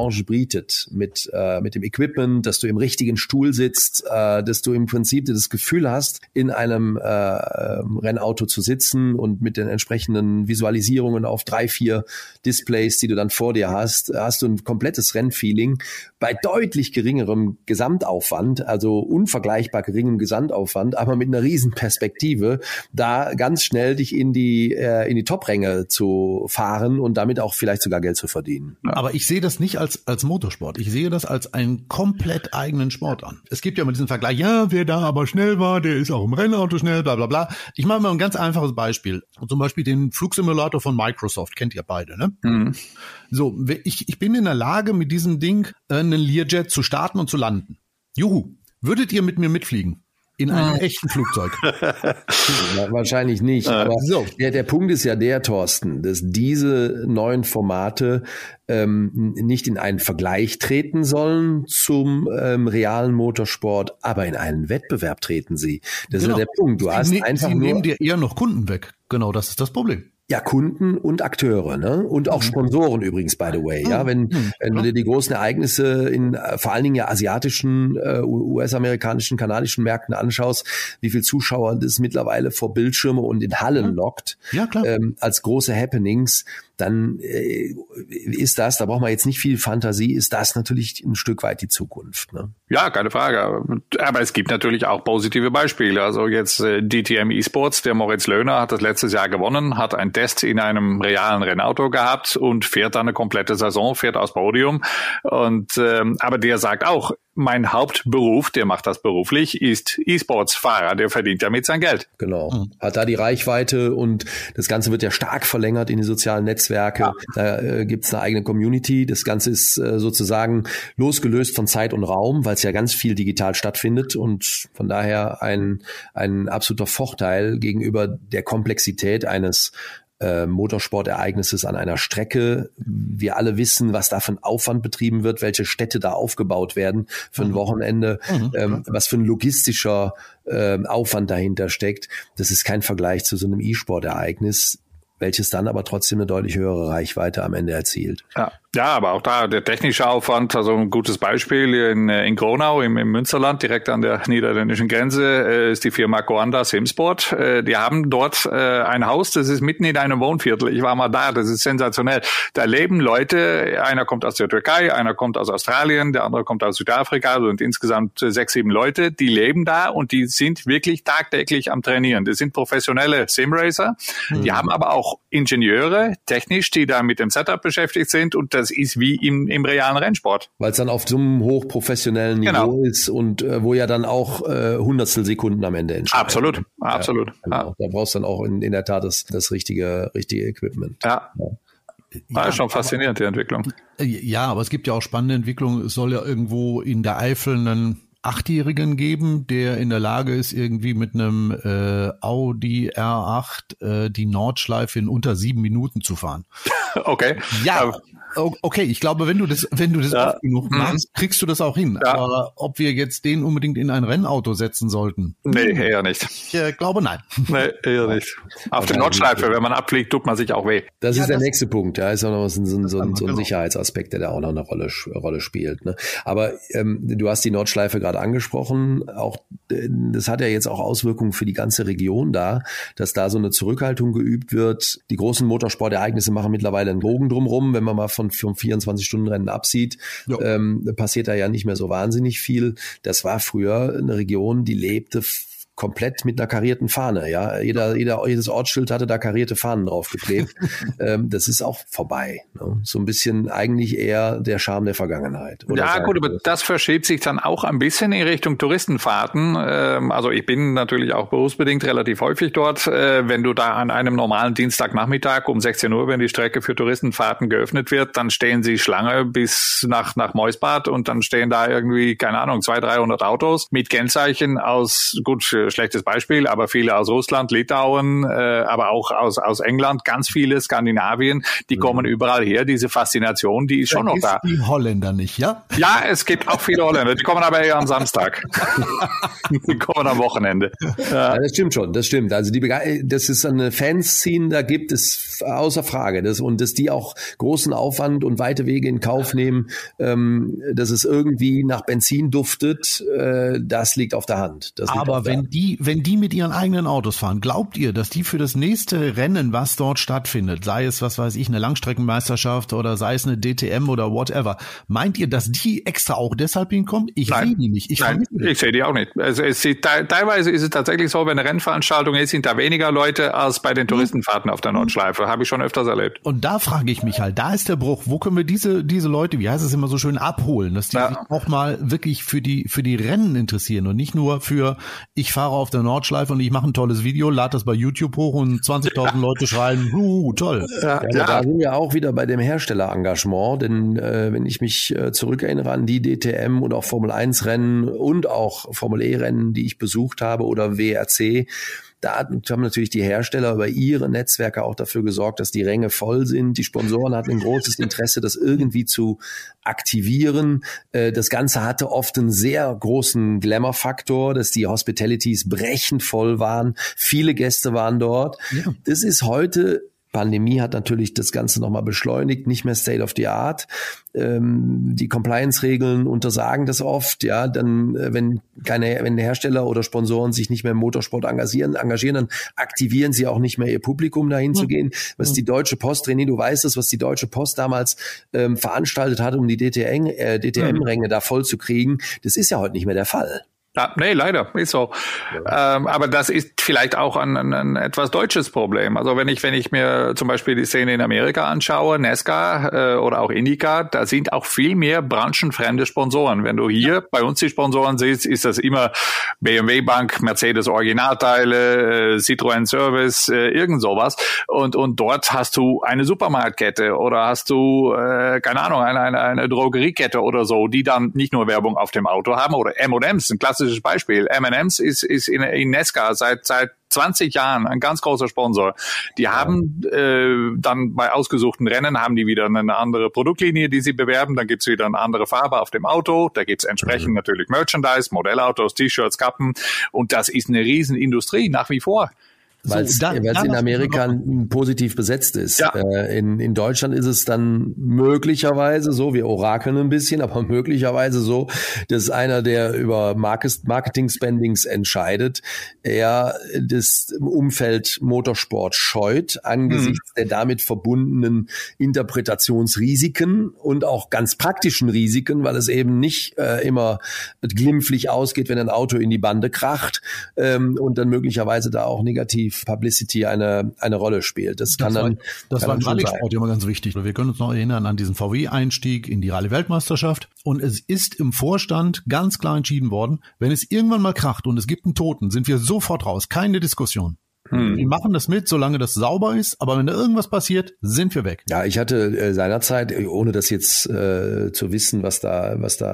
Branche bietet, mit dem Equipment, dass du im richtigen Stuhl sitzt, dass du im Prinzip das Gefühl hast, in einem Rennauto zu sitzen und mit den entsprechenden Visualisierungen auf 3-4 Displays, die du dann vor dir hast du ein komplettes Rennfeeling bei deutlich geringerem Gesamtaufwand, also unvergleichbar geringem Gesamtaufwand, aber mit einer riesen Perspektive, da ganz schnell dich in die Top-Ränge zu fahren und damit auch vielleicht sogar Geld zu verdienen. Aber ich sehe das nicht als Motorsport. Ich sehe das als einen komplett eigenen Sport an. Es gibt ja immer diesen Vergleich, ja, wer da aber schnell war, der ist auch im Rennauto schnell, bla bla bla. Ich mache mal ein ganz einfaches Beispiel. Zum Beispiel den Flugsimulator von Microsoft, kennt ihr beide, ne? Mhm. So, ich bin in der Lage, mit diesem Ding einen Learjet zu starten und zu landen. Juhu. Würdet ihr mit mir mitfliegen? In einem echten Flugzeug? Ja, wahrscheinlich nicht. Aber so. Der Punkt ist ja der, Thorsten, dass diese neuen Formate nicht in einen Vergleich treten sollen zum realen Motorsport, aber in einen Wettbewerb treten sie. Das ist ja der Punkt. Sie nehmen dir eher noch Kunden weg. Genau, das ist das Problem. Ja, Kunden und Akteure, ne? Und auch Sponsoren übrigens, by the way. Ja, wenn du dir die großen Ereignisse in vor allen Dingen ja asiatischen, US-amerikanischen, kanadischen Märkten anschaust, wie viel Zuschauer das mittlerweile vor Bildschirme und in Hallen lockt, ja, klar. Als große Happenings, dann ist das, da braucht man jetzt nicht viel Fantasie, ist das natürlich ein Stück weit die Zukunft. Ne? Ja, keine Frage. Aber es gibt natürlich auch positive Beispiele. Also jetzt DTM eSports, der Moritz Löhner hat das letztes Jahr gewonnen, hat einen Test in einem realen Rennauto gehabt und fährt dann eine komplette Saison, fährt aufs Podium. Und aber der sagt auch, mein Hauptberuf, der macht das beruflich, ist E-Sports-Fahrer, der verdient damit sein Geld. Genau, hat da die Reichweite und das Ganze wird ja stark verlängert in die sozialen Netzwerke. Ja. Da gibt's eine eigene Community. Das Ganze ist sozusagen losgelöst von Zeit und Raum, weil es ja ganz viel digital stattfindet und von daher ein absoluter Vorteil gegenüber der Komplexität eines Motorsportereignisses an einer Strecke. Wir alle wissen, was da für ein Aufwand betrieben wird, welche Städte da aufgebaut werden für ein Wochenende, was für ein logistischer Aufwand dahinter steckt. Das ist kein Vergleich zu so einem E-Sport-Ereignis, welches dann aber trotzdem eine deutlich höhere Reichweite am Ende erzielt. Ja, aber auch da der technische Aufwand, also ein gutes Beispiel in Gronau im Münsterland, direkt an der niederländischen Grenze, ist die Firma Coanda Simsport. Die haben dort ein Haus, das ist mitten in einem Wohnviertel. Ich war mal da, das ist sensationell. Da leben Leute, einer kommt aus der Türkei, einer kommt aus Australien, der andere kommt aus Südafrika, also sind insgesamt 6-7 Leute, die leben da und die sind wirklich tagtäglich am Trainieren. Das sind professionelle Simracer, die haben aber auch Ingenieure, technisch, die da mit dem Setup beschäftigt sind und das ist wie im realen Rennsport. Weil es dann auf so einem hochprofessionellen Niveau ist und wo ja dann auch Hundertstel Sekunden am Ende entstehen. Absolut. Ja, genau. Da brauchst du dann auch in der Tat das richtige Equipment. Ja. War schon faszinierend, die Entwicklung. Ja, aber es gibt ja auch spannende Entwicklungen. Es soll ja irgendwo in der Eifel einen 8-Jährigen geben, der in der Lage ist, irgendwie mit einem Audi R8 die Nordschleife in unter 7 Minuten zu fahren. Okay. Ja. Okay, ich glaube, wenn du das oft genug machst, kriegst du das auch hin. Ja. Aber ob wir jetzt den unbedingt in ein Rennauto setzen sollten? Nee, eher nicht. Ich glaube, nein. Nee, eher nicht. Auf der Nordschleife, wenn man abfliegt, tut man sich auch weh. Das ist der nächste Punkt. Ja, ist auch noch so ein Sicherheitsaspekt, der da auch noch eine Rolle spielt. Ne? Aber du hast die Nordschleife gerade angesprochen. Auch das hat ja jetzt auch Auswirkungen für die ganze Region da, dass da so eine Zurückhaltung geübt wird. Die großen Motorsportereignisse machen mittlerweile einen Bogen drumherum, wenn man mal vom 24-Stunden-Rennen absieht, passiert da ja nicht mehr so wahnsinnig viel. Das war früher eine Region, die lebte komplett mit einer karierten Fahne, ja. Jedes Ortsschild hatte da karierte Fahnen draufgeklebt. Das ist auch vorbei. Ne? So ein bisschen eigentlich eher der Charme der Vergangenheit. Ja, gut, aber das verschiebt sich dann auch ein bisschen in Richtung Touristenfahrten. Also ich bin natürlich auch berufsbedingt relativ häufig dort. Wenn du da an einem normalen Dienstagnachmittag um 16 Uhr, wenn die Strecke für Touristenfahrten geöffnet wird, dann stehen sie Schlange bis nach Meusbad und dann stehen da irgendwie, keine Ahnung, 200-300 Autos mit Kennzeichen aus, gut, schlechtes Beispiel, aber viele aus Russland, Litauen, aber auch aus England, ganz viele Skandinavien, die kommen überall her. Diese Faszination, die ist schon noch da. Die Holländer nicht, ja? Ja, es gibt auch viele Holländer, die kommen aber eher am Samstag. Die kommen am Wochenende. Ja, das stimmt schon, das stimmt. Also das ist eine Fanszene, da gibt es außer Frage. Und dass die auch großen Aufwand und weite Wege in Kauf nehmen, dass es irgendwie nach Benzin duftet, das liegt auf der Hand. Aber wenn die mit ihren eigenen Autos fahren, glaubt ihr, dass die für das nächste Rennen, was dort stattfindet, sei es, was weiß ich, eine Langstreckenmeisterschaft oder sei es eine DTM oder whatever, meint ihr, dass die extra auch deshalb hinkommen? Ich sehe die nicht. Ich sehe die auch nicht. Also teilweise ist es tatsächlich so, wenn eine Rennveranstaltung ist, sind da weniger Leute als bei den Touristenfahrten auf der Nordschleife. Habe ich schon öfters erlebt. Und da frage ich mich halt, da ist der Bruch. Wo können wir diese Leute, wie heißt es immer so schön, abholen, dass die sich auch mal wirklich für die Rennen interessieren und nicht nur für, ich fahre auf der Nordschleife und ich mache ein tolles Video, lade das bei YouTube hoch und 20.000 Leute schreien, toll. Da sind wir auch wieder bei dem Herstellerengagement, denn wenn ich mich zurückerinnere an die DTM und auch Formel-1-Rennen und auch Formel-E-Rennen, die ich besucht habe oder WRC, da haben natürlich die Hersteller über ihre Netzwerke auch dafür gesorgt, dass die Ränge voll sind. Die Sponsoren hatten ein großes Interesse, das irgendwie zu aktivieren. Das Ganze hatte oft einen sehr großen Glamour-Faktor, dass die Hospitalities brechend voll waren. Viele Gäste waren dort. Ja. Das ist heute... Pandemie hat natürlich das Ganze nochmal beschleunigt, nicht mehr State of the Art. Die Compliance-Regeln untersagen das oft, ja, dann, wenn Hersteller oder Sponsoren sich nicht mehr im Motorsport engagieren, dann aktivieren sie auch nicht mehr ihr Publikum, dahin zu gehen. Was die Deutsche Post, René, du weißt es, was die Deutsche Post damals veranstaltet hat, um die DTM-Ränge da voll zu kriegen, das ist ja heute nicht mehr der Fall. Ja, nee, leider, ist so. Ja. Aber das ist vielleicht auch ein etwas deutsches Problem. Also wenn ich mir zum Beispiel die Szene in Amerika anschaue, NASCAR oder auch IndyCar, da sind auch viel mehr branchenfremde Sponsoren. Wenn du hier bei uns die Sponsoren siehst, ist das immer BMW Bank, Mercedes Originalteile, Citroën Service, irgend sowas. Und dort hast du eine Supermarktkette oder hast du, keine Ahnung, eine Drogeriekette oder so, die dann nicht nur Werbung auf dem Auto haben oder M&M's, ein klassisches Beispiel. M&M's ist in NASCAR seit 20 Jahren ein ganz großer Sponsor. Die haben dann bei ausgesuchten Rennen haben die wieder eine andere Produktlinie, die sie bewerben. Dann gibt's wieder eine andere Farbe auf dem Auto. Da gibt's entsprechend natürlich Merchandise, Modellautos, T-Shirts, Kappen. Und das ist eine Riesenindustrie nach wie vor. Weil es in Amerika positiv besetzt ist. Ja. In Deutschland ist es dann möglicherweise so, wir orakeln ein bisschen, aber möglicherweise so, dass einer, der über Marketing-Spendings entscheidet, er das Umfeld Motorsport scheut angesichts der damit verbundenen Interpretationsrisiken und auch ganz praktischen Risiken, weil es eben nicht immer glimpflich ausgeht, wenn ein Auto in die Bande kracht und dann möglicherweise da auch negativ Publicity eine Rolle spielt. Das war im Rallye-Sport immer ganz wichtig. Wir können uns noch erinnern an diesen VW-Einstieg in die Rallye-Weltmeisterschaft. Und es ist im Vorstand ganz klar entschieden worden, wenn es irgendwann mal kracht und es gibt einen Toten, sind wir sofort raus. Keine Diskussion. Wir machen das mit, solange das sauber ist, aber wenn da irgendwas passiert, sind wir weg. Ja, ich hatte seinerzeit, ohne das jetzt zu wissen, was da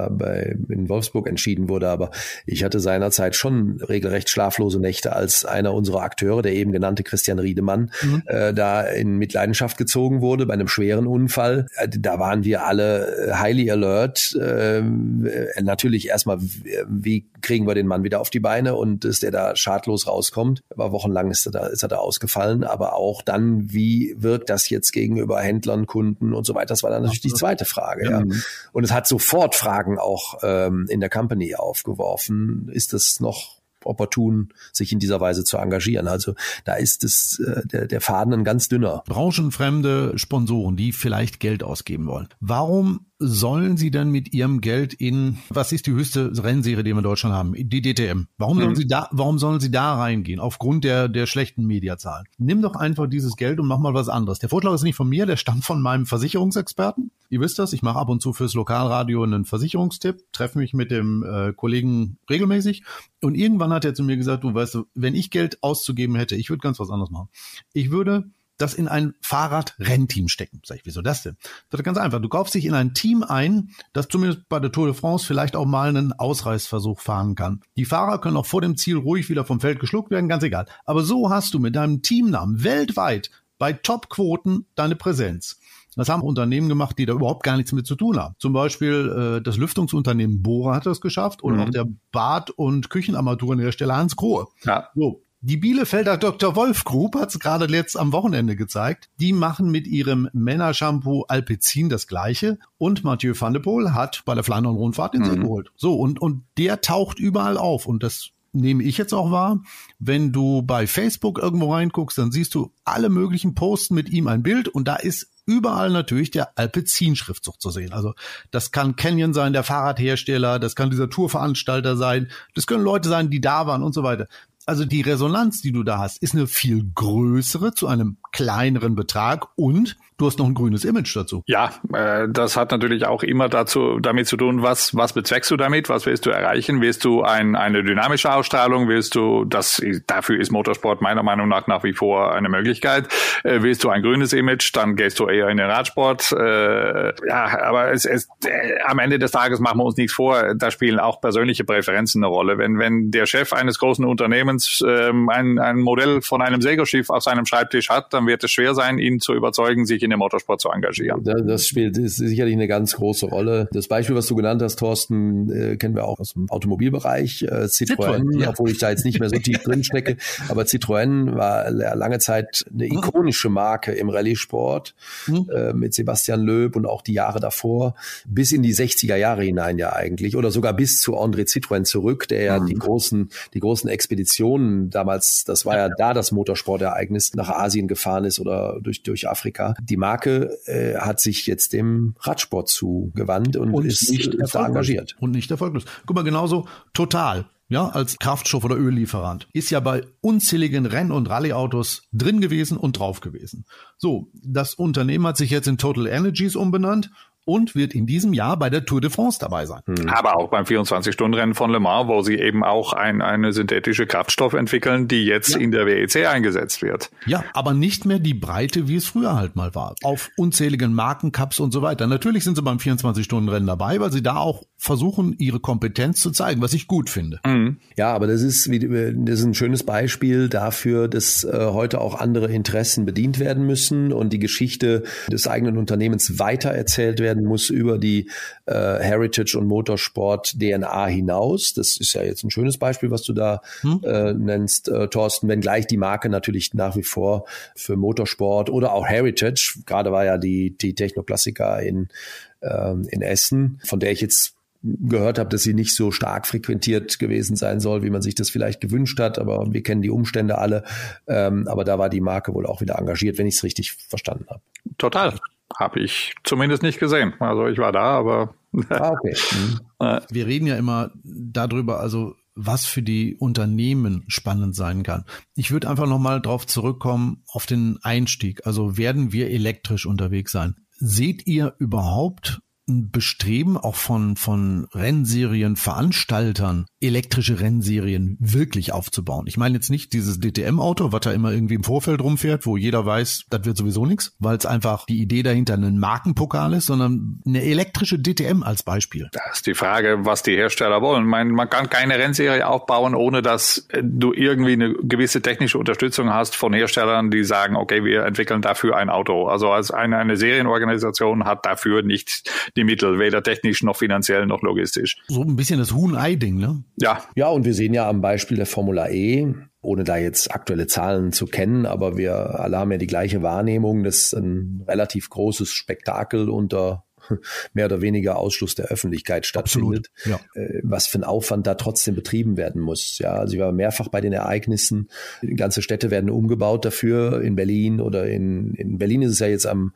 in Wolfsburg entschieden wurde, aber ich hatte seinerzeit schon regelrecht schlaflose Nächte, als einer unserer Akteure, der eben genannte Christian Riedemann, da in Mitleidenschaft gezogen wurde bei einem schweren Unfall. Da waren wir alle highly alert. Natürlich erstmal, wie kriegen wir den Mann wieder auf die Beine und dass der da schadlos rauskommt. War wochenlang ist er da ausgefallen, aber auch dann, wie wirkt das jetzt gegenüber Händlern, Kunden und so weiter, das war dann natürlich die zweite Frage. Ja. Und es hat sofort Fragen auch in der Company aufgeworfen. Ist das noch opportun, sich in dieser Weise zu engagieren? Also da ist der Faden ein ganz dünner. Branchenfremde Sponsoren, die vielleicht Geld ausgeben wollen. Warum sollen sie denn mit ihrem Geld was ist die höchste Rennserie, die wir in Deutschland haben? Die DTM. Warum sollen sie da reingehen? Aufgrund der schlechten Mediazahlen. Nimm doch einfach dieses Geld und mach mal was anderes. Der Vorschlag ist nicht von mir, der stammt von meinem Versicherungsexperten. Ihr wisst das, ich mache ab und zu fürs Lokalradio einen Versicherungstipp, treffe mich mit dem Kollegen regelmäßig und irgendwann hat er zu mir gesagt, du weißt, wenn ich Geld auszugeben hätte, ich würde ganz was anderes machen. Ich würde das in ein Fahrradrennteam stecken. Sag ich, wieso das denn? Das ist ganz einfach. Du kaufst dich in ein Team ein, das zumindest bei der Tour de France vielleicht auch mal einen Ausreißversuch fahren kann. Die Fahrer können auch vor dem Ziel ruhig wieder vom Feld geschluckt werden, ganz egal. Aber so hast du mit deinem Teamnamen weltweit bei Topquoten deine Präsenz. Das haben Unternehmen gemacht, die da überhaupt gar nichts mit zu tun haben. Zum Beispiel das Lüftungsunternehmen Bora hat das geschafft oder auch der Bad- und Küchenarmaturenhersteller Hans Grohe. Ja. So. Die Bielefelder Dr. Wolf Group hat es gerade jetzt am Wochenende gezeigt. Die machen mit ihrem Männershampoo Alpecin das Gleiche. Und Mathieu van der Poel hat bei der Flandern Rundfahrt den Sieg geholt. So, und der taucht überall auf. Und das nehme ich jetzt auch wahr. Wenn du bei Facebook irgendwo reinguckst, dann siehst du alle möglichen Posten mit ihm ein Bild. Und da ist überall natürlich der Alpecin-Schriftzug zu sehen. Also das kann Canyon sein, der Fahrradhersteller, das kann dieser Tourveranstalter sein, das können Leute sein, die da waren und so weiter. Also die Resonanz, die du da hast, ist eine viel größere zu einem kleineren Betrag und du hast noch ein grünes Image dazu. Ja, das hat natürlich auch immer damit zu tun, was bezweckst du damit, was willst du erreichen? Willst du eine dynamische Ausstrahlung? Dafür ist Motorsport meiner Meinung nach wie vor eine Möglichkeit. Willst du ein grünes Image, dann gehst du eher in den Radsport. Aber am Ende des Tages machen wir uns nichts vor, da spielen auch persönliche Präferenzen eine Rolle. Wenn der Chef eines großen Unternehmens ein Modell von einem Segelschiff auf seinem Schreibtisch hat, dann wird es schwer sein, ihn zu überzeugen, sich in den Motorsport zu engagieren. Das spielt sicherlich eine ganz große Rolle. Das Beispiel, was du genannt hast, Thorsten, kennen wir auch aus dem Automobilbereich. Citroën, ja. Obwohl ich da jetzt nicht mehr so tief drin stecke, aber Citroën war lange Zeit eine ikonische Marke im Rallye-Sport mit Sebastian Loeb und auch die Jahre davor, bis in die 60er Jahre hinein ja eigentlich, oder sogar bis zu André Citroën zurück, der ja die großen Expeditionen damals, das war ja da das Motorsportereignis, nach Asien gefahren ist oder durch Afrika. Die Marke hat sich jetzt dem Radsport zugewandt und ist da engagiert. Und nicht erfolglos. Guck mal, genauso Total, ja, als Kraftstoff- oder Öllieferant, ist ja bei unzähligen Renn- und Rallye-Autos drin gewesen und drauf gewesen. So, das Unternehmen hat sich jetzt in Total Energies umbenannt und wird in diesem Jahr bei der Tour de France dabei sein. Aber auch beim 24-Stunden-Rennen von Le Mans, wo sie eben auch eine synthetische Kraftstoff entwickeln, die jetzt in der WEC eingesetzt wird. Ja, aber nicht mehr die Breite, wie es früher halt mal war. Auf unzähligen Markencups und so weiter. Natürlich sind sie beim 24-Stunden-Rennen dabei, weil sie da auch versuchen, ihre Kompetenz zu zeigen, was ich gut finde. Ja, aber das ist ein schönes Beispiel dafür, dass heute auch andere Interessen bedient werden müssen und die Geschichte des eigenen Unternehmens weitererzählt werden muss über die Heritage- und Motorsport-DNA hinaus. Das ist ja jetzt ein schönes Beispiel, was du da nennst, Thorsten, wenngleich die Marke natürlich nach wie vor für Motorsport oder auch Heritage, gerade war ja die Techno-Klassiker in Essen, von der ich jetzt gehört habe, dass sie nicht so stark frequentiert gewesen sein soll, wie man sich das vielleicht gewünscht hat, aber wir kennen die Umstände alle. Aber da war die Marke wohl auch wieder engagiert, wenn ich es richtig verstanden habe. Total. Habe ich zumindest nicht gesehen. Also ich war da, aber... Okay. Wir reden ja immer darüber, also was für die Unternehmen spannend sein kann. Ich würde einfach nochmal drauf zurückkommen, auf den Einstieg. Also werden wir elektrisch unterwegs sein? Seht ihr überhaupt ein Bestreben auch von Rennserienveranstaltern, elektrische Rennserien wirklich aufzubauen? Ich meine jetzt nicht dieses DTM-Auto, was da immer irgendwie im Vorfeld rumfährt, wo jeder weiß, das wird sowieso nichts, weil es einfach die Idee dahinter ein Markenpokal ist, sondern eine elektrische DTM als Beispiel. Das ist die Frage, was die Hersteller wollen. Man kann keine Rennserie aufbauen, ohne dass du irgendwie eine gewisse technische Unterstützung hast von Herstellern, die sagen, okay, wir entwickeln dafür ein Auto. Also als eine Serienorganisation hat dafür nicht die Mittel, weder technisch noch finanziell noch logistisch. So ein bisschen das Huhn-Ei-Ding, ne? Ja. Ja, und wir sehen ja am Beispiel der Formula E, ohne da jetzt aktuelle Zahlen zu kennen, aber wir alle haben ja die gleiche Wahrnehmung, dass ein relativ großes Spektakel unter mehr oder weniger Ausschluss der Öffentlichkeit stattfindet, ja. Was für ein Aufwand da trotzdem betrieben werden muss. Ja, also ich war mehrfach bei den Ereignissen. Ganze Städte werden umgebaut dafür. In Berlin oder in Berlin ist es ja jetzt am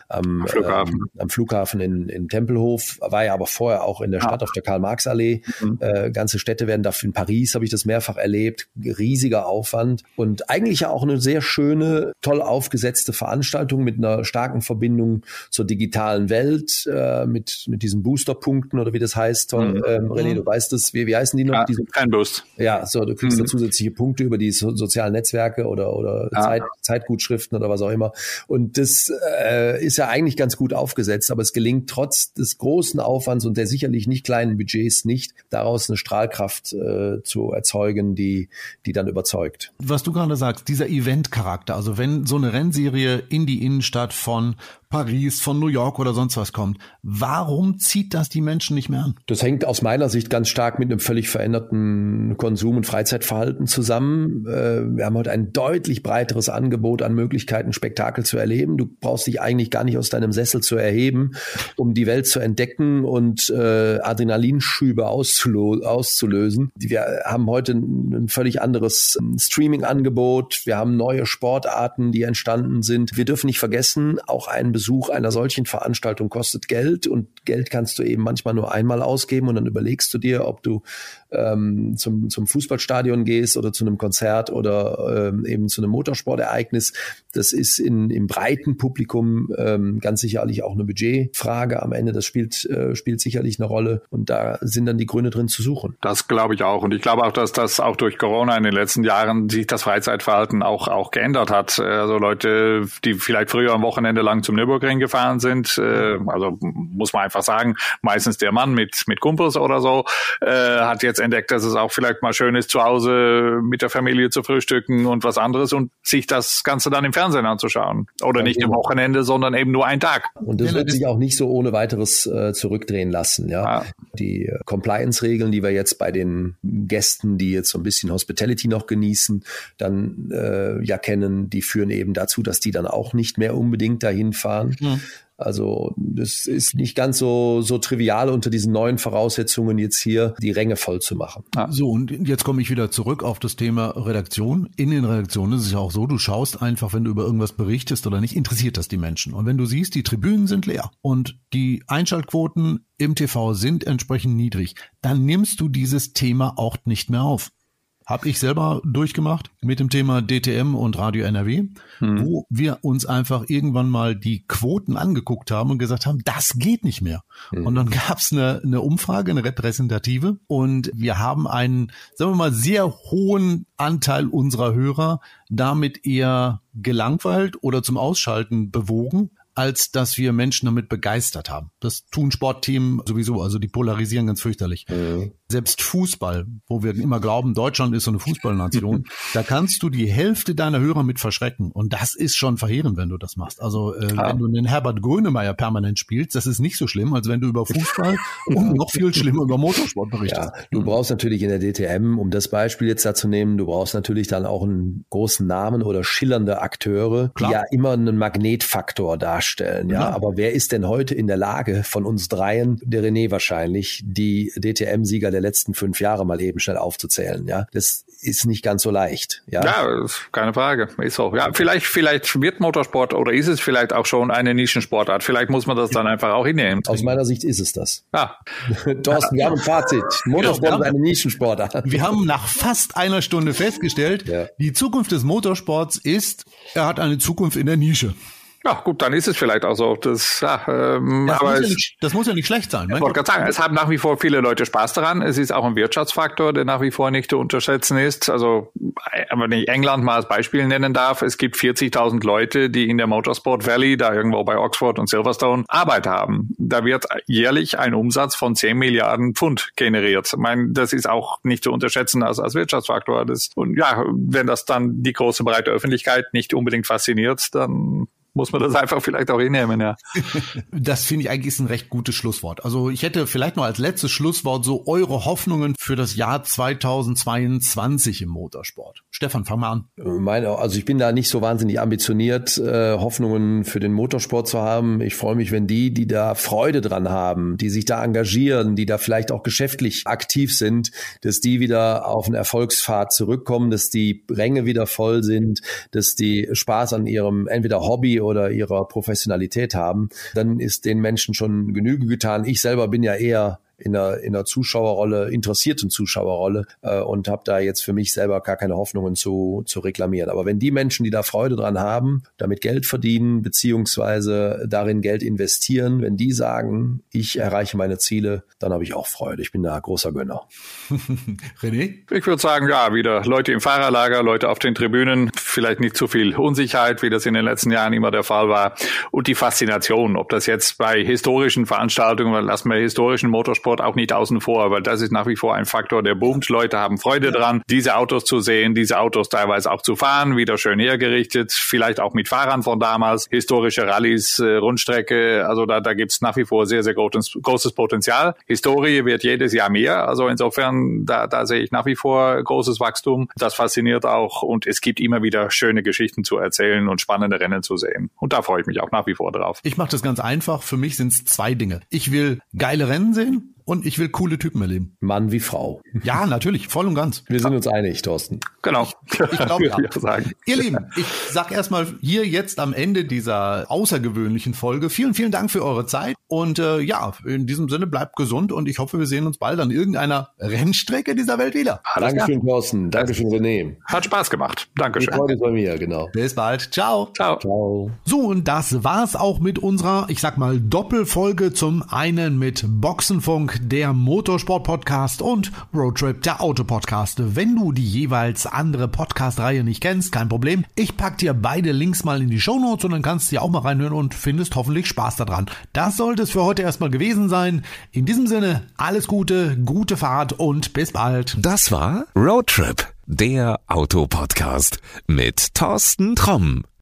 Flughafen in Tempelhof, war ja aber vorher auch in der Stadt auf der Karl-Marx-Allee. Ganze Städte werden dafür, in Paris habe ich das mehrfach erlebt. Riesiger Aufwand und eigentlich ja auch eine sehr schöne, toll aufgesetzte Veranstaltung mit einer starken Verbindung zur digitalen Welt. mit diesen Booster-Punkten oder wie das heißt. René, du weißt es, wie heißen die noch? Kein Boost. Ja, so, du kriegst da zusätzliche Punkte über die sozialen Netzwerke oder Zeitgutschriften oder was auch immer. Und das ist ja eigentlich ganz gut aufgesetzt, aber es gelingt trotz des großen Aufwands und der sicherlich nicht kleinen Budgets nicht, daraus eine Strahlkraft zu erzeugen, die dann überzeugt. Was du gerade sagst, dieser Event-Charakter, also wenn so eine Rennserie in die Innenstadt von Paris, von New York oder sonst was kommt, warum zieht das die Menschen nicht mehr an? Das hängt aus meiner Sicht ganz stark mit einem völlig veränderten Konsum- und Freizeitverhalten zusammen. Wir haben heute ein deutlich breiteres Angebot an Möglichkeiten, Spektakel zu erleben. Du brauchst dich eigentlich gar nicht aus deinem Sessel zu erheben, um die Welt zu entdecken und Adrenalinschübe auszulösen. Wir haben heute ein völlig anderes Streaming-Angebot. Wir haben neue Sportarten, die entstanden sind. Wir dürfen nicht vergessen, auch ein Besuch einer solchen Veranstaltung kostet Geld und Geld kannst du eben manchmal nur einmal ausgeben und dann überlegst du dir, ob du zum Fußballstadion gehst oder zu einem Konzert oder eben zu einem Motorsportereignis. Das ist im breiten Publikum ganz sicherlich auch eine Budgetfrage am Ende. Das spielt sicherlich eine Rolle und da sind dann die Gründe drin zu suchen. Das glaube ich auch und ich glaube auch, dass das auch durch Corona in den letzten Jahren sich das Freizeitverhalten auch geändert hat. Also Leute, die vielleicht früher am Wochenende lang zum Nürburgring gefahren sind, also muss man einfach sagen, meistens der Mann mit Kumpels oder so, hat jetzt entdeckt, dass es auch vielleicht mal schön ist, zu Hause mit der Familie zu frühstücken und was anderes und sich das Ganze dann im Fernsehen anzuschauen. Oder nicht am Wochenende, sondern eben nur einen Tag. Und das wird sich auch nicht so ohne weiteres zurückdrehen lassen. Ja? Die Compliance-Regeln, die wir jetzt bei den Gästen, die jetzt so ein bisschen Hospitality noch genießen, dann kennen, die führen eben dazu, dass die dann auch nicht mehr unbedingt dahin fahren. Mhm. Also das ist nicht ganz so trivial unter diesen neuen Voraussetzungen jetzt hier die Ränge voll zu machen. So, und jetzt komme ich wieder zurück auf das Thema Redaktion. In den Redaktionen ist es ja auch so, du schaust einfach, wenn du über irgendwas berichtest oder nicht, interessiert das die Menschen. Und wenn du siehst, die Tribünen sind leer und die Einschaltquoten im TV sind entsprechend niedrig, dann nimmst du dieses Thema auch nicht mehr auf. Habe ich selber durchgemacht mit dem Thema DTM und Radio NRW, wo wir uns einfach irgendwann mal die Quoten angeguckt haben und gesagt haben, das geht nicht mehr. Und dann gab es eine Umfrage, eine repräsentative und wir haben einen, sagen wir mal, sehr hohen Anteil unserer Hörer damit eher gelangweilt oder zum Ausschalten bewogen, als dass wir Menschen damit begeistert haben. Das tun Sportteams sowieso, also die polarisieren ganz fürchterlich. Mhm. Selbst Fußball, wo wir immer glauben, Deutschland ist so eine Fußballnation, da kannst du die Hälfte deiner Hörer mit verschrecken. Und das ist schon verheerend, wenn du das machst. Also wenn du den Herbert Grönemeyer permanent spielst, das ist nicht so schlimm, als wenn du über Fußball und noch viel schlimmer über Motorsport berichtest. Ja, du brauchst natürlich in der DTM, um das Beispiel jetzt da zu nehmen, du brauchst natürlich dann auch einen großen Namen oder schillernde Akteure, die ja immer einen Magnetfaktor darstellen. Ja, aber wer ist denn heute in der Lage von uns dreien, der René wahrscheinlich, die DTM-Sieger der letzten 5 Jahre mal eben schnell aufzuzählen? Ja, das ist nicht ganz so leicht. Ja, keine Frage. Ist so. Ja, vielleicht wird Motorsport oder ist es vielleicht auch schon eine Nischensportart. Vielleicht muss man das dann einfach auch hinnehmen. Aus meiner Sicht ist es das. Ja. Thorsten, wir haben ein Fazit. Motorsport ist eine Nischensportart. Wir haben nach fast einer Stunde festgestellt, die Zukunft des Motorsports ist, er hat eine Zukunft in der Nische. Ja, gut, dann ist es vielleicht auch so. Das muss ja nicht schlecht sein. Ich wollte gerade sagen, es haben nach wie vor viele Leute Spaß daran. Es ist auch ein Wirtschaftsfaktor, der nach wie vor nicht zu unterschätzen ist. Also, wenn ich England mal als Beispiel nennen darf, es gibt 40.000 Leute, die in der Motorsport Valley, da irgendwo bei Oxford und Silverstone, Arbeit haben. Da wird jährlich ein Umsatz von 10 Milliarden Pfund generiert. Ich meine, das ist auch nicht zu unterschätzen als Wirtschaftsfaktor. Und ja, wenn das dann die große breite Öffentlichkeit nicht unbedingt fasziniert, dann muss man das einfach vielleicht auch hinnehmen, ja. Das finde ich eigentlich ist ein recht gutes Schlusswort. Also ich hätte vielleicht noch als letztes Schlusswort so eure Hoffnungen für das Jahr 2022 im Motorsport. Stefan, fang mal an. Also ich bin da nicht so wahnsinnig ambitioniert, Hoffnungen für den Motorsport zu haben. Ich freue mich, wenn die da Freude dran haben, die sich da engagieren, die da vielleicht auch geschäftlich aktiv sind, dass die wieder auf einen Erfolgspfad zurückkommen, dass die Ränge wieder voll sind, dass die Spaß an ihrem entweder Hobby oder ihrer Professionalität haben, dann ist den Menschen schon Genüge getan. Ich selber bin ja eher in einer Zuschauerrolle, interessierten Zuschauerrolle und habe da jetzt für mich selber gar keine Hoffnungen zu reklamieren. Aber wenn die Menschen, die da Freude dran haben, damit Geld verdienen, beziehungsweise darin Geld investieren, wenn die sagen, ich erreiche meine Ziele, dann habe ich auch Freude. Ich bin da großer Gönner. René? Ich würde sagen, ja, wieder Leute im Fahrerlager, Leute auf den Tribünen, vielleicht nicht zu viel Unsicherheit, wie das in den letzten Jahren immer der Fall war. Und die Faszination, ob das jetzt bei historischen Veranstaltungen, weil lassen wir historischen Motorsport auch nicht außen vor, weil das ist nach wie vor ein Faktor, der boomt. Leute haben Freude dran, diese Autos zu sehen, diese Autos teilweise auch zu fahren, wieder schön hergerichtet, vielleicht auch mit Fahrern von damals, historische Rallyes, Rundstrecke, also da gibt's nach wie vor sehr, sehr großes Potenzial. Historie wird jedes Jahr mehr, also insofern, da sehe ich nach wie vor großes Wachstum. Das fasziniert auch und es gibt immer wieder schöne Geschichten zu erzählen und spannende Rennen zu sehen. Und da freue ich mich auch nach wie vor drauf. Ich mache das ganz einfach. Für mich sind es 2 Dinge. Ich will geile Rennen sehen und ich will coole Typen erleben. Mann wie Frau. Ja, natürlich, voll und ganz. Wir sind uns einig, Thorsten. Genau. Ich glaube, ja. Ihr Lieben, ich sag erstmal hier jetzt am Ende dieser außergewöhnlichen Folge vielen, vielen Dank für eure Zeit und ja, in diesem Sinne bleibt gesund und ich hoffe, wir sehen uns bald an irgendeiner Rennstrecke dieser Welt wieder. Dankeschön, Thorsten. Dankeschön, René. Hat Spaß gemacht. Dankeschön. Die Freude ist bei mir, genau. Bis bald. Ciao. Ciao. Ciao. So, und das war's auch mit unserer, ich sag mal, Doppelfolge. Zum einen mit Boxenfunk, der Motorsport-Podcast, und Roadtrip, der Auto-Podcast. Wenn du die jeweils andere Podcast-Reihe nicht kennst, kein Problem. Ich pack dir beide Links mal in die Shownotes und dann kannst du ja auch mal reinhören und findest hoffentlich Spaß daran. Das sollte es für heute erstmal gewesen sein. In diesem Sinne, alles Gute, gute Fahrt und bis bald. Das war Roadtrip, der Auto-Podcast mit Thorsten Tromm.